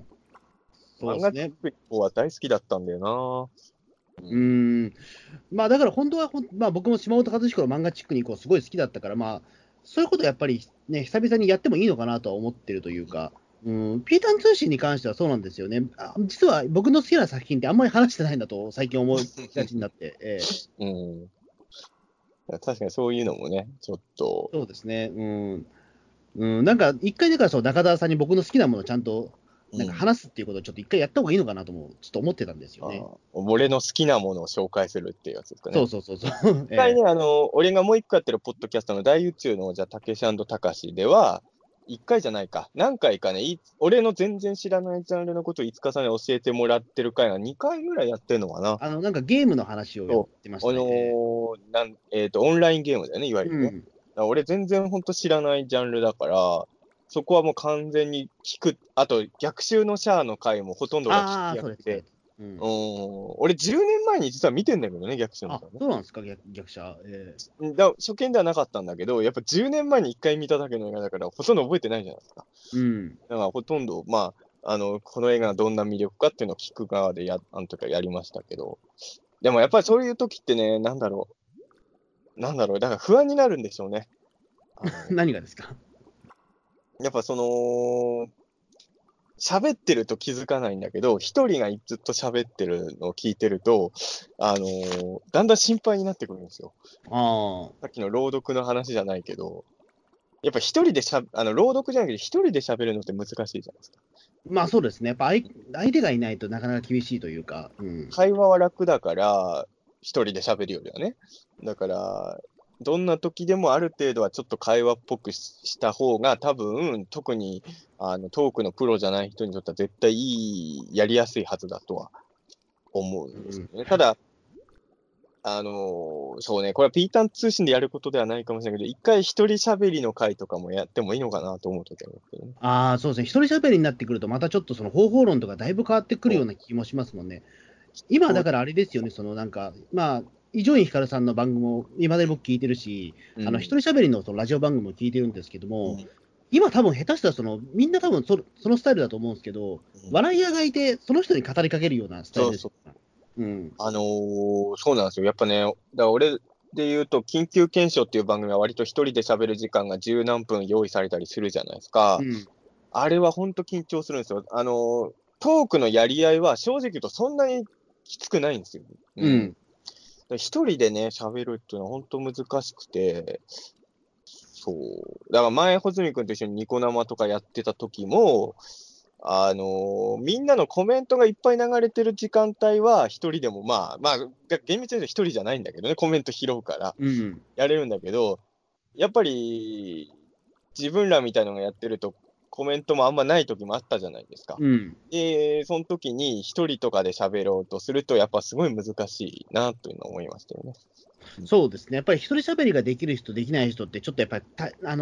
そう漫画チッですね。 ク以降は大好きだったんだよな。ううん。 ん。まあ、だから本当はほん、まあ、僕も島本和彦の漫画チックにこうすごい好きだったから、まあ、そういうことやっぱりね、久々にやってもいいのかなとは思ってるというか、うん、ピータン通信に関してはそうなんですよね。あ、実は僕の好きな作品ってあんまり話してないんだと最近思いがちになって、ええ、 うん。確かにそういうのもね、ちょっと、 そうですね。うん。うん、なんか一回だからそう中澤さんに僕の好きなものをちゃんとなんかうん。 話すっていうことをちょっと一回やった方がいいのかなともちょっと思ってたんですよね。 ああ、俺の好きなものを紹介するっていうやつですかね。 そうそうそうそう。ええ、 一回ね、あの、俺がもう一個やってるポッドキャストの大宇宙の、じゃあ、たけしたかしでは、一回じゃないか、何回かね、い俺の全然知らないジャンルのことをいつかさんに教えてもらってる回がにかいぐらいやってるのかな。 あの、なんかゲームの話をやっそう。あのてましたね。ええ、 ーなん、えっと、オンラインゲームだよね、いわゆるね。だかうん。 ら俺全然ほんと知らないジャンルだから、そこはもう完全に聞く。あと、逆襲のシャアの回もほとんどが聞ああ、 き役で。 そうです、そうです。ううん。 ん、俺じゅうねんまえに実は見てんだけどね、逆襲のあ、 シャアね。 そうなんですか、逆逆者。えんだ初見ではなかったんだけど、やっぱじゅうねんまえにいっかい見ただけの映画だから、ほとんど覚えてないじゃないですか。 え、うん。 だからほとんど、まあ、あの、この映画がどんな魅力かっていうのを聞く側でや、あの時はやりましたけど、でもやっぱりそういう時ってね、なんだろう、なんだろう、だから不安になるんでしょうね。あの、 何がですか？ やっぱその、喋ってると気づかないんだけど、一人がずっと喋ってるのを聞いてると、あの、だんだん心配になってくるんですよ。 ああ、 さっきの朗読の話じゃないけど、やっぱ一人でしゃ、あの、朗読じゃなくて一人で喋るのって難しいじゃないですか。 まあそうですね。やっぱ相相手がいないとなかなか厳しいというか、うん。 会話は楽だから、一人で喋るよりはね。だから、どんな時でもある程度はちょっと会話っぽくしした方が、多分、特に、あの、トークのプロじゃない人にとっては絶対いい、やりやすいはずだとは思ううん、 んですよね。ただ、あのーそうね、これはピータン通信でやることではないかもしれないけど、一回一人喋りの回とかもやってもいいのかなと思うときあるんですけどね。 ああ、そうですね。一人喋りになってくると、またちょっとその方法論とかだいぶ変わってくるような気もしますもんね。今だからあれですよね、そのなんか、まあ、伊集院光さんの番組も今まで僕聞いてるし、 うん。 あの一人喋りのそのラジオ番組も聞いてるんですけども、 うん。 今多分下手したらその、みんな多分そそのスタイルだと思うんですけど、 うん。 笑い屋がいて、その人に語りかけるようなスタイルですよ。 そうそう。 うん。 あのーそうなんですよ。やっぱね、だから俺で言うと、緊急検証っていう番組は割と一人で喋る時間が十何分用意されたりするじゃないですか。 うん。 あれは本当緊張するんですよ。あのートークのやり合いは正直言うとそんなにきつくないんですよ。うん。 うん。 だから一人でね、喋るっていうのは本当難しくて、そう。だから前、穂積君と一緒にニコ生とかやってた時も、あのーみんなのコメントがいっぱい流れてる時間帯は、一人でもまあ、まあ、が厳密に言うと一人じゃないんだけどね、コメント拾うからうん。 やれるんだけど、やっぱり自分らみたいのがやってると、コメントもあんまない時もあったじゃないですか。 うん。 で、その時に一人とかで喋ろうとすると、やっぱすごい難しいなというのを思いましたよね。 そうですね。やっぱり一人喋りができる人、できない人って、ちょっとやっぱりた、あの、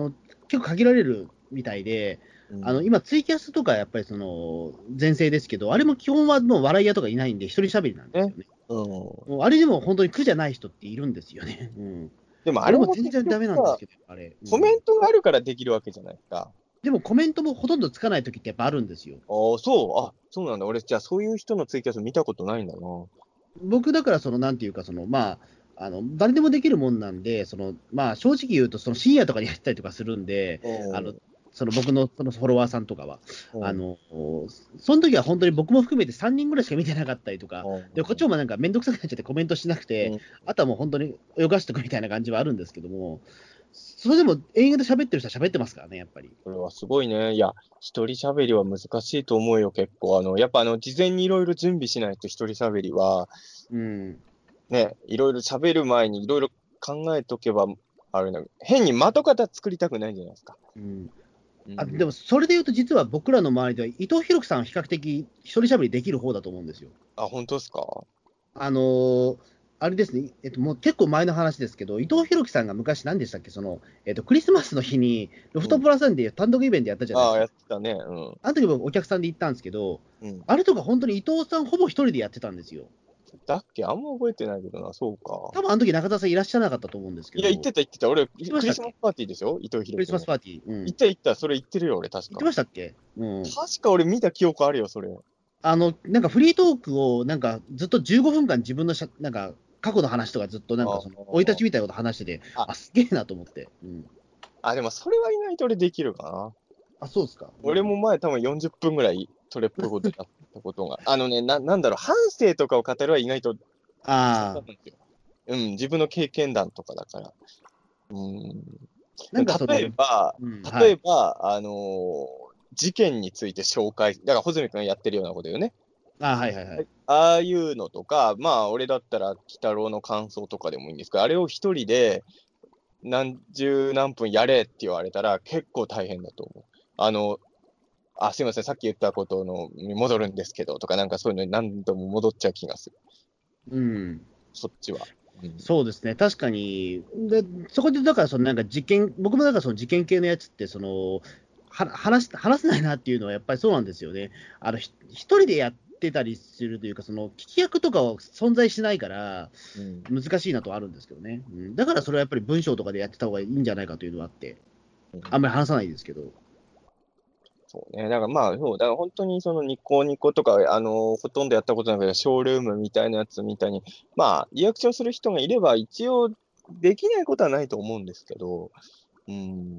結構限られるみたいで、 うんあの今、ツイキャスとかやっぱりその全盛ですけど、あれも基本はもう笑い屋とかいないんで、一人喋りなんですよね。 うん、 もうあれでも本当に苦じゃない人っているんですよね。うん、 でもあ俺もれも結全然ダメ局さ、 なんですけど、あれ。うんコメントがあるからできるわけじゃないですか。 でもコメントもほとんどつかないときってやっぱあるんですよ。 ああ、そう、あ、そうなんだ。俺、じゃあそういう人のツイキャス見たことないんだな。 僕だからその、なんていうか、そのまあ、あの誰でもできるもんなんで、そのまあ、正直言うと、その深夜とかにやったりとかするんで、あのその僕のそのフォロワーさんとかは、 うんあのその時は本当に僕も含めてさんにんぐらいしか見てなかったりとか、 うんでこっちもなんかめんどくさくなっちゃってコメントしなくて、 うんあとはもう本当に泳がしとくみたいな感じはあるんですけども、それでも永遠で喋ってる人は喋ってますからね、やっぱり。 それはすごいね。いや、一人喋りは難しいと思うよ、結構。あの、やっぱあの、事前にいろいろ準備しないと一人喋りは、 うんね、いろいろ喋る前にいろいろ考えとけば、あれな、変に的方作りたくないじゃないですか。 うんうんあでも、それで言うと、実は僕らの周りでは、伊藤博樹さんは比較的一人喋りできる方だと思うんですよ。 あ、本当ですか？ あのーあれですね、えっと、もう結構前の話ですけど、伊藤博樹さんが昔、何でしたっけ、その、えっと、クリスマスの日に、ロフトプラスんで単独イベントやったじゃないでああ、やすか。 ってたね。うん。 あの時僕、お客さんで行ったんですけど、 うん。 あれとか本当に伊藤さん、ほぼ一人でやってたんですよ。 だっけあんま覚えてないけどな、そうか。 多分あの時中田さんいらっしゃらなかったと思うんですけど、 いや、言ってた言ってた。俺、クリましたっけスマスパーティーでしょ伊藤博クリスマス樹の。 パーティー。うん。 言った言った。それ言ってるよ、俺、確か。 言ってましたっけうん。 確か俺見た記憶あるよ、それ。 あの、なんかフリートークを、なんかずっとじゅうごふんかん自分のしゃ、なんか過去の話とかずっとなんかその、 あ生い立ちみたいなこと話してて、 ああ、すげえなと思って。うん。 あ、でもそれは意外と俺できるかな。 あ、そうですか。 俺も前多分よんじゅっぷんぐらいトレっぽいことやったことが。あのね、な、なんだろう、反省とかを語るは意外とああ、 うん、自分の経験談とかだから。うん。 なんかその、 例えば、 うん、 例はい。 えば、あのー事件について紹介、だから、穂積君がやってるようなことよね。 あはいはいはい。 ああいうのとか、まあ、俺だったら、鬼太郎の感想とかでもいいんですけど、あれを一人で何十何分やれって言われたら、結構大変だと思う。あの、あ、すいません、さっき言ったことのに戻るんですけど、とか、なんかそういうのに何度も戻っちゃう気がする。 うん。 そっちは。うんそうですね、確かに。で、そこでだからそのなんか実験、僕もだからその事件系のやつって、その、は話し話せないなっていうのはやっぱりそうなんですよね。あの、ひ一人でやってたりするというか、その聞き役とかは存在しないからうん難しいなとはあるんですけどね。うん、だからそれはやっぱり文章とかでやってた方がいいんじゃないかというのはあって、 うんあんまり話さないですけど。 そうね。だからまあ、そう、だから本当にそのニコニコとか、あの、ほとんどやったことないけど、ショールームみたいなやつみたいに、まあ、リアクションする人がいれば、一応、できないことはないと思うんですけど、うん、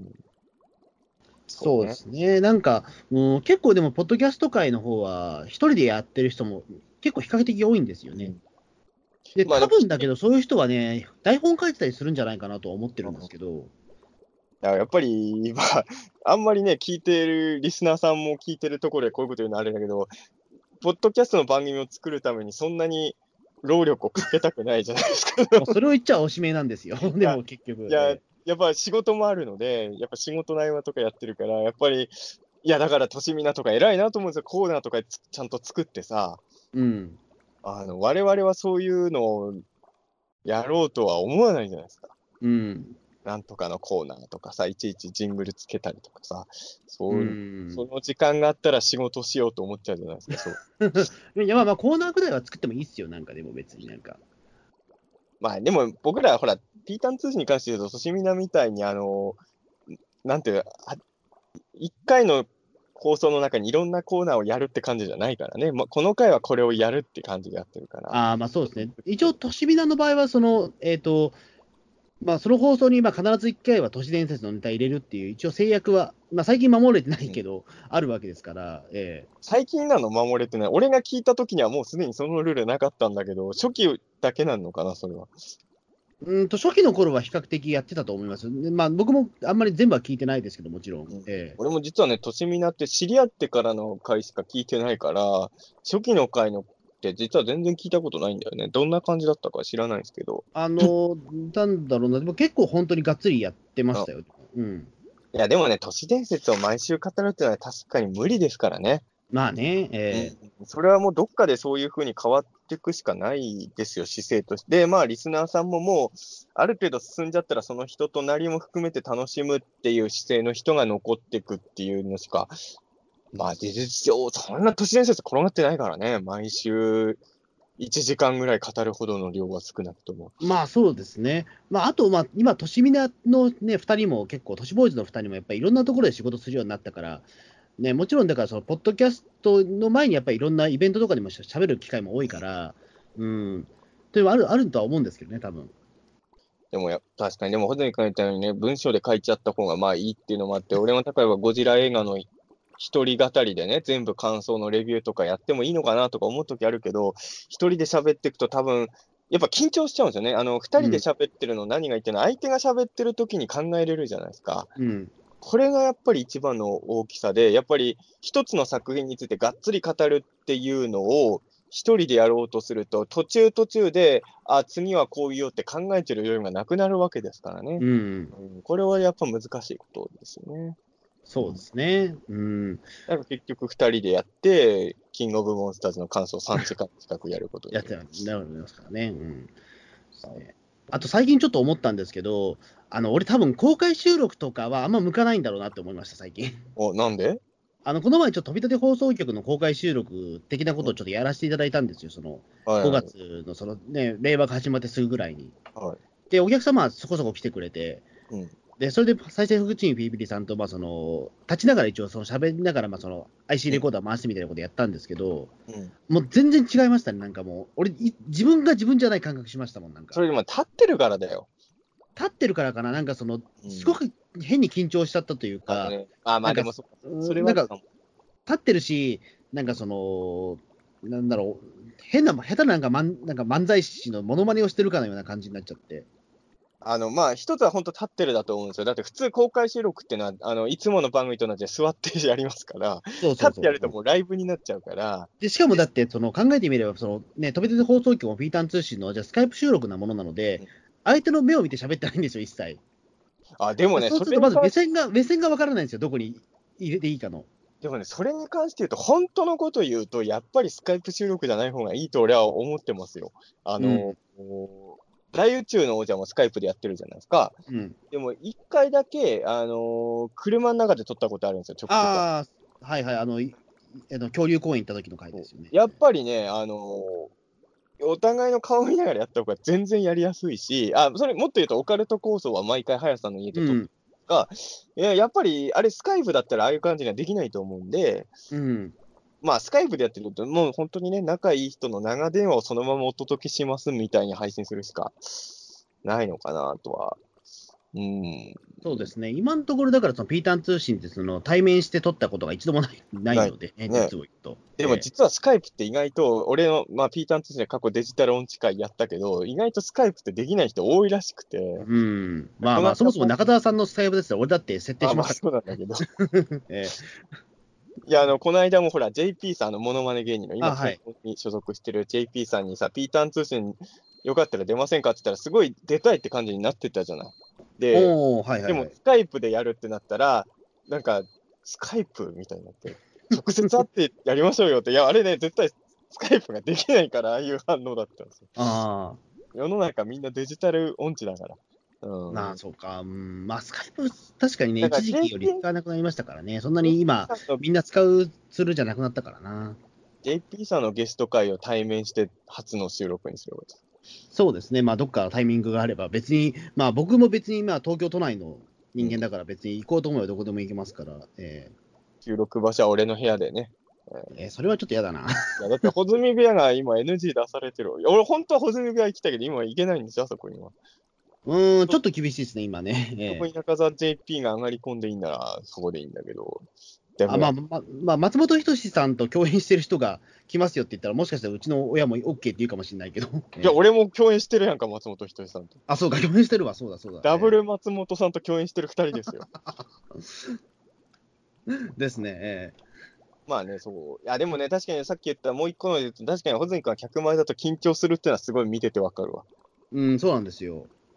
そそうでうね。 すね。なんか、もう結構でも、ポッドキャスト界の方は、一人でやってる人も結構比較的多いんですよね。 うんで、 まあ、で多も、 分だけど、そういう人はね、台本書いてたりするんじゃないかなとは思ってるんですけど、 だからやっぱり、まあ、あんまりね、聞いてる、リスナーさんも聞いてるところでこういうこと言うのあれだけど、ポッドキャストの番組を作るためにそんなに労力をかけたくないじゃないですか。 もうそれを言っちゃおしめなんですよ。でも結局。 いやえ、 やっぱ仕事もあるので、やっぱ仕事の合間とかやってるから、やっぱり、いや、だから、としみなとか偉いなと思うんですよ。コーナーとかつちゃんと作ってさ、 うん。 あの、我々はそういうのをやろうとは思わないじゃないですか。 うん。 なんとかのコーナーとかさ、いちいちジングルつけたりとかさ、そうう、 ん。 その時間があったら仕事しようと思っちゃうじゃないですか。そう。 いや、まあまあ、コーナーぐらいは作ってもいいっすよ。なんかでも別になんか。 まあ、でも僕ら、ほら、ピータン通信に関して言うと、としみなみたいに、あの、なんていうの、あ一回の放送の中にいろんなコーナーをやるって感じじゃないからね。まあ、この回はこれをやるって感じでやってるから。 ああ、まあそうですね。一応、としみなの場合は、その、えっと、まあ、その放送にまあ必ずいっかいは都市伝説のネタ入れるっていう、一応制約は、まあ、最近守れてないけど、あるわけですから、ええ最近なの守れてない。俺が聞いた時にはもうすでにそのルールなかったんだけど、初期だけなのかな、それは。 うんと初期の頃は比較的やってたと思います。でまあ、僕もあんまり全部は聞いてないですけど、もちろん。 うんええ俺も実はね、としみなって知り合ってからの回しか聞いてないから、初期の回のって実は全然聞いたことないんだよね。どんな感じだったか知らないんですけど。 あの、なんだろうな、でも結構本当にがっつりやってましたよ。うん。 いや、でもね、都市伝説を毎週語るっていうのは確かに無理ですからね。 まあね、ええうん、それはもうどっかでそういう風に変わっっていくしかないですよ、姿勢として。で、まあ、リスナーさんももう、ある程度進んじゃったら、その人となりも含めて楽しむっていう姿勢の人が残っていくっていうのしか、まあ、事実上、そんな都市伝説転がってないからね、毎週いちじかんぐらい語るほどの量は少なくとも。 まあそうですね。まああと、まあ今、都市ミナのね、ふたりも結構、都市ボーイズのふたりもやっぱりいろんなところで仕事するようになったから、ね、もちろんだから、そのポッドキャストの前にやっぱりいろんなイベントとかでもしゃべる機会も多いから、うん、というのはある、あるとは思うんですけどね、多分。 でもや、確かに、でも、ホテル君言ったようにね、文章で書いちゃった方がまあいいっていうのもあって、俺も例えばゴジラ映画の一人語りでね、全部感想のレビューとかやってもいいのかなとか思うときあるけど、一人で喋っていくと多分、やっぱ緊張しちゃうんですよね。あの、二人で喋ってるの何が言ってるの、相手が喋ってるときに考えれるじゃないですか。 うん、 これがやっぱり一番の大きさで、やっぱり一つの作品についてがっつり語るっていうのを一人でやろうとすると、途中途中で、あ、次はこう言おうって考えてる余裕がなくなるわけですからね。 うん、 うん、これはやっぱ難しいことですよね。 そうですね。うん、 なんか結局二人でやって、キングオブモンスターズの感想さんじかん近くやることにやってなるますからね。うんですね。あと最近ちょっと思ったんですけど、あの俺、多分公開収録とかはあんま向かないんだろうなって思いました、最近。 お、なんで？ あのこの前、ちょっと飛び立て放送局の公開収録的なこうんとをちょっとやらせていただいたんですよ、その5 はいはい。 月のその、ね、令和が始まってすぐぐらいに。 はい。 で、お客様はそこそこ来てくれて、 うん。 でそれで再生福チームピーピリさんと、まあ、その立ちながら一応、その喋りながら、まあ、その アイシー レコーダー回してみたいなことやったんですけど、 うん。 もう全然違いましたね、なんかもう、俺、い自分が自分じゃない感覚しましたもん、なんか。 それでも立ってるからだよ。 立ってるからかな、なんかその、 うんすごく変に緊張しちゃったというか、 あのね、あ、まなんか、 あでもそ、 うそれんなんかはあるかも。 立ってるし、なんかその、なんだろう、変な、下手ななんか漫なんか漫才師のモノマネをしてるかのような感じになっちゃって。 あの、まあ、一つは本当立ってるだと思うんですよ。だって普通公開収録っていうのは、あの、いつもの番組と同じで座ってやりますから、 そうそうそう。 立ってやるともうライブになっちゃうから、 で、しかもだって、その考えてみれば、そのね、飛び出て放送局もピーターン通信の、じゃあスカイプ収録なものなので、相手の目を見て喋ってないんですよ、一切。 あ、でもね、 そうすると、まずそれに関し目線が、目線がわからないんですよ、どこに入れていいかの。 でもね、それに関して言うと、本当のこと言うと、やっぱりスカイプ収録じゃない方がいいと俺は思ってますよ。あの、大宇宙の王者もスカイプでやってるじゃないですか。 うん。 でも、一回だけ、あの、車の中で撮ったことあるんですよ、直接。 ああ、はいはい、あの、いあの恐竜公園行った時の回ですよね。 やっぱりね、あのお互いの顔見ながらやった方が全然やりやすいし、あ、それもっと言うと、オカルト構想は毎回、速さんの家で撮ってうん、 が、いや、やっぱり、あれ、スカイプだったらああいう感じにはできないと思うんで、 うん。 まあ、スカイプでやってると、もう本当にね、仲いい人の長電話をそのままお届けしますみたいに配信するしかないのかなとは。うん。 そうですね、今のところ、だからそのピーターン通信ってその対面して撮ったことが一度もないないので、ね、 ね実を言うと。 でもええ実はスカイプって意外と、俺の、まあ、ピーターン通信で過去デジタル音痴会やったけど、意外とスカイプってできない人多いらしくて、 うん、まあまあ、 この間そもそも中澤さんのスカイプですよ、俺だって設定あ、まあしましたかそうなんだけど。 ら。ええいや、あの、この間もほら、ジェイピー さん、あの、モノマネ芸人の、今、 あ、はい。 東宝に所属してる ジェイピー さんにさ、ピーターン通信、よかったら出ませんかって言ったら、すごい出たいって感じになってたじゃない。で、 おー、はいはいでも、 はい。 スカイプでやるってなったら、なんか、スカイプみたいになって、直接会ってやりましょうよって、いや、あれね、絶対スカイプができないから、ああいう反応だったんですよ。 あ世の中みんなデジタル音痴だから。 あ、 うん。 なあ、そうか。うん、まあ、スカイプ、確かにね、 だから、 一時期よりジェイピー、 使わなくなりましたからね、そんなジェイピーに今、 さんの、 みんな使うツールじゃなくなったからな。 ジェイピー さんのゲスト会を対面して初の収録にすればいいです。 そうですね、まあ、どっかタイミングがあれば、別に、まあ、僕も別に、まあ、東京都内の人間だから、別に行こうと思えばどこでも行けますから、え収録場所は俺の部屋でね。 ーえーそれはちょっと嫌だな。 いや、だって、穂積部屋が今 エヌジー 出されてる。いや俺、本当は穂積部屋行きたいけど、今行けないんですよ、あそこには。 うーん、ちょっと厳しいですね、今ね。 そこえーに中澤 ジェイピー が上がり込んでいいんなら、そこでいいんだけど。でも、 あまあままあ、松本人志さんと共演してる人が来ますよって言ったら、もしかしたらうちの親も OK って言うかもしれないけど。 いや、俺も共演してるやんか、松本人志さんと。 あ、そうか、共演してるわ、そうだ、そうだ。 ダブル松本さんと共演してる二人ですよ。 えーですね。えまあね、そう。いや、でもね、確かにさっき言ったもう一個ので言うと、確かに穂積君は客前だと緊張するっていうのはすごい見ててわかるわ。 ーうん、そうなんですよ。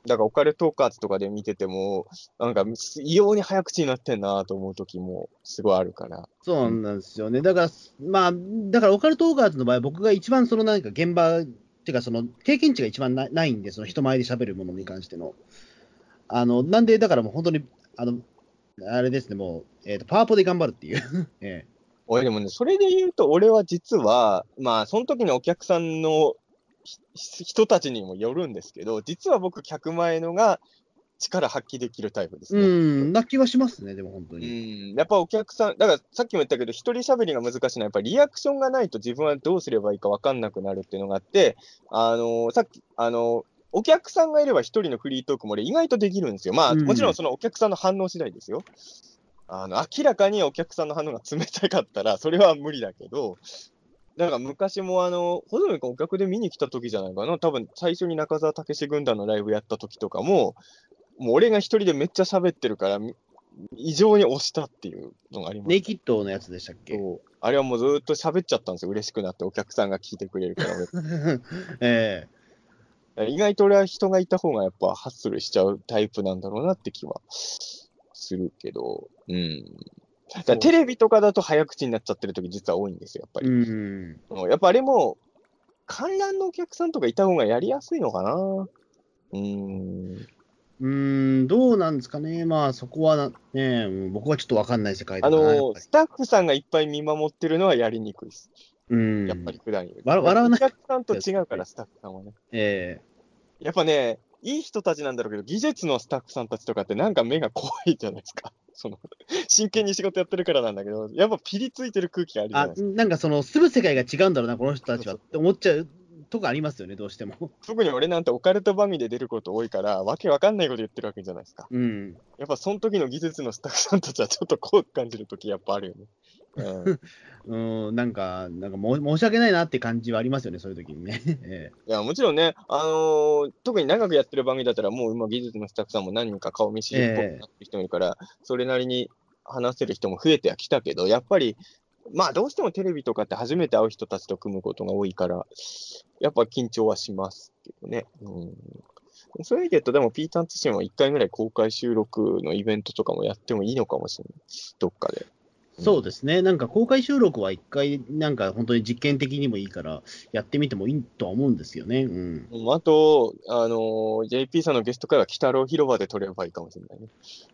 だからオカルトーカーズとかで見てても、なんか異様に早口になってんなと思う時もすごいあるから。 そうなんですよね。だから、まあ、だからオカルトーカーズの場合、僕が一番そのなんか現場、っていうかその経験値が一番なないんで、その人前で喋るものに関しての。あの、なんで、だからもう本当に、あの、あれですね、もう、えっ、と、パワポで頑張るっていう。え俺でもね、それで言うと、俺は実は、まあ、その時のお客さんのひ人たちにもよるんですけど、実は僕、客前のが力発揮できるタイプでえうすね。 ん、な気はしますね、でも本当うに。 ん、やっぱお客さん、だからさっきも言ったけど、一人喋りが難しいのは、やっぱりリアクションがないと自分はどうすればいいか分かんなくなるっていうのがあって、あのさっき、あのお客さんがいれば一人のフリートークも俺意外とできるんですよ。まあ、もちろんうん。 そのお客さんの反応次第ですよ。あの、明らかにお客さんの反応が冷たかったら、それは無理だけど、なんか昔もあの、ほとんどお客で見に来た時じゃないかな。多分最初に中澤武史軍団のライブやった時とかも、もう俺が一人でめっちゃ喋ってるから、み異常に押したっていうのがありまネイした。 キッドのやつでしたっけ？ そう。あれはもうずーっと喋っちゃったんですよ。嬉しくなってお客さんが聞いてくれるから、俺。 え意外と俺は人がいた方がやっぱハッスルしちゃうタイプなんだろうなって気はするけど、うん。だからテレビとかだと早口になっちゃってる時実は多いんですよ、やっぱうり。 ん。 うんやっぱあれも、観覧のお客さんとかいた方がやりやすいのかな。うーん。 うーん、どうなんですかね。まあ、そこはなね、うん僕はちょっとわかんない世界だな、やっあのーぱり。 スタッフさんがいっぱい見守ってるのはやりにくいです。 うやっぱりん。 普段より。 わやっぱお笑わない客さんとですよね。 違うから、スタッフさんはね。 えやっぱね、いい人たちなんだろうけど、技術のスタッフさんたちとかってなんか目が怖いじゃないですか。その、真剣に仕事やってるからなんだけど、やっぱピリついてる空気があるじゃあ、 ないですか。 なんかその、住む世界が違うんだろうな、この人たちはっそうそうて思っちゃうとこありますよね、どうしても。 特に俺なんてオカルト番組で出ること多いから、わけわかんないこと言ってるわけじゃないですか。 うん。 やっぱその時の技術のスタッフさんたちはちょっと怖く感じる時やっぱあるよね。うん。 うん、なんか、なんかも申し訳ないなって感じはありますよね、そういう時にね。えいや、もちろんね、あのー特に長くやってる番組だったら、もう今技術のスタッフさんも何人か顔見知りっぽくええなってる人もいるから、それなりに話せる人も増えてはきたけど、やっぱり、まあどうしてもテレビとかって初めて会う人たちと組むことが多いから、やっぱ緊張はしますけどね。うん。そういう意味で言うと、でもピーターン自身はいっかいぐらい公開収録のイベントとかもやってもいいのかもしれない。どっかで。 そうですね、なんか公開収録は一回、なんか本当に実験的にもいいから、やってみてもいいとは思うんですよね。うん。 うん、あと、あのー ジェーピー さんのゲスト会は北郎広場で撮ればいいかもしれないね。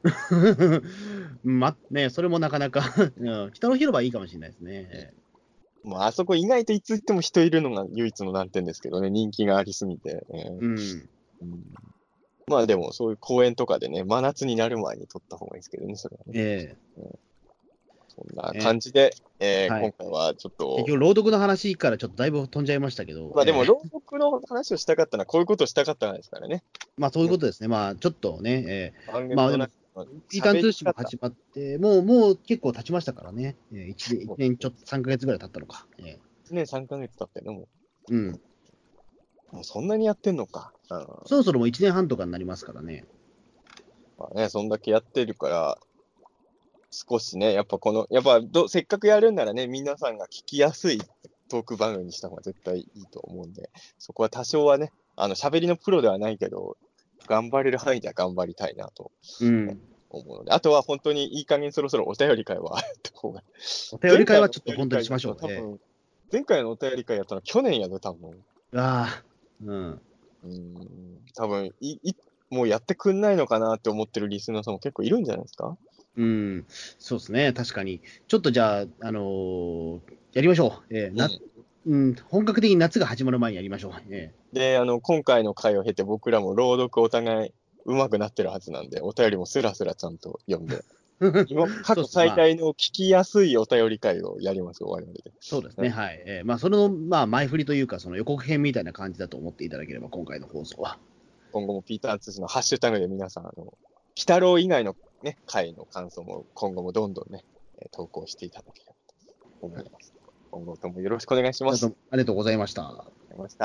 ま、ね、それもなかなかうん、北の広場いいかもしれないですね。 まあ、あそこ意外といつ行っても人いるのが唯一の難点ですけどね、人気がありすぎて。えーうん。 うんまあでも、そういう公園とかでね、真夏になる前に撮った方がいいですけどね、それはね。 えそんなええ感じで、えーはい。 今回はちょっと、 結局、朗読の話からちょっとだいぶ飛んじゃいましたけど、 まあでも、 ええ朗読の話をしたかったのは、こういうことをしたかったからですからね。 まあそういうねことですね。まあちょっとね、ええ番組まあでも、 の中のピーターン喋り方。 通信も始まって、もう、もう結構経ちましたからね。ええ、1年、一もう年ちょっとさんかげつぐらい経ったのか。ええいちねんさんかげつ経ってんのもうん。 う、もうそんなにやってんのか。うんそろそろもういちねんはんとかになりますからね。 まあね、そんだけやってるから、少しね、やっぱこの、やっぱど、せっかくやるんならね、皆さんが聞きやすいトーク番組にした方が絶対いいと思うんで、そこは多少はね、あの、喋りのプロではないけど、頑張れる範囲では頑張りたいなとうん。 思うので、あとは本当にいい加減そろそろお便り会はあった方が。 お便り前回の会はちょっとお便り会本当にしましょう。 やったの多え分、前回のお便り会やったの去年やで、多分。 えああ、うん。 うーん、多分い、い、もうやってくんないのかなって思ってるリスナーさんも結構いるんじゃないですか。 うん。そうですね。確かに。ちょっとじゃあ、あのーやりましょう。ええな、 うん。 うん、本格的に夏が始まる前にやりましょう。えで、あの、今回の回を経て僕らも朗読お互い上手くなってるはずなんで、お便りもスラスラちゃんと読んで、 え今、過去そうですね。まあ、 最大の聞きやすいお便り会をやりますよ、我々で。 そうですね。 うんはい。ええまあ、その、まあ、前振りというか、その予告編みたいな感じだと思っていただければ、今回の放送は。 今後もピーターン通信のハッシュタグで皆さん、あの、鬼太郎以外のね、回の感想も今後もどんどんね、えー投稿していただければと思います。今後ともよろしくお願いします。 ありがとうありがとうございました。 ありがとうございました。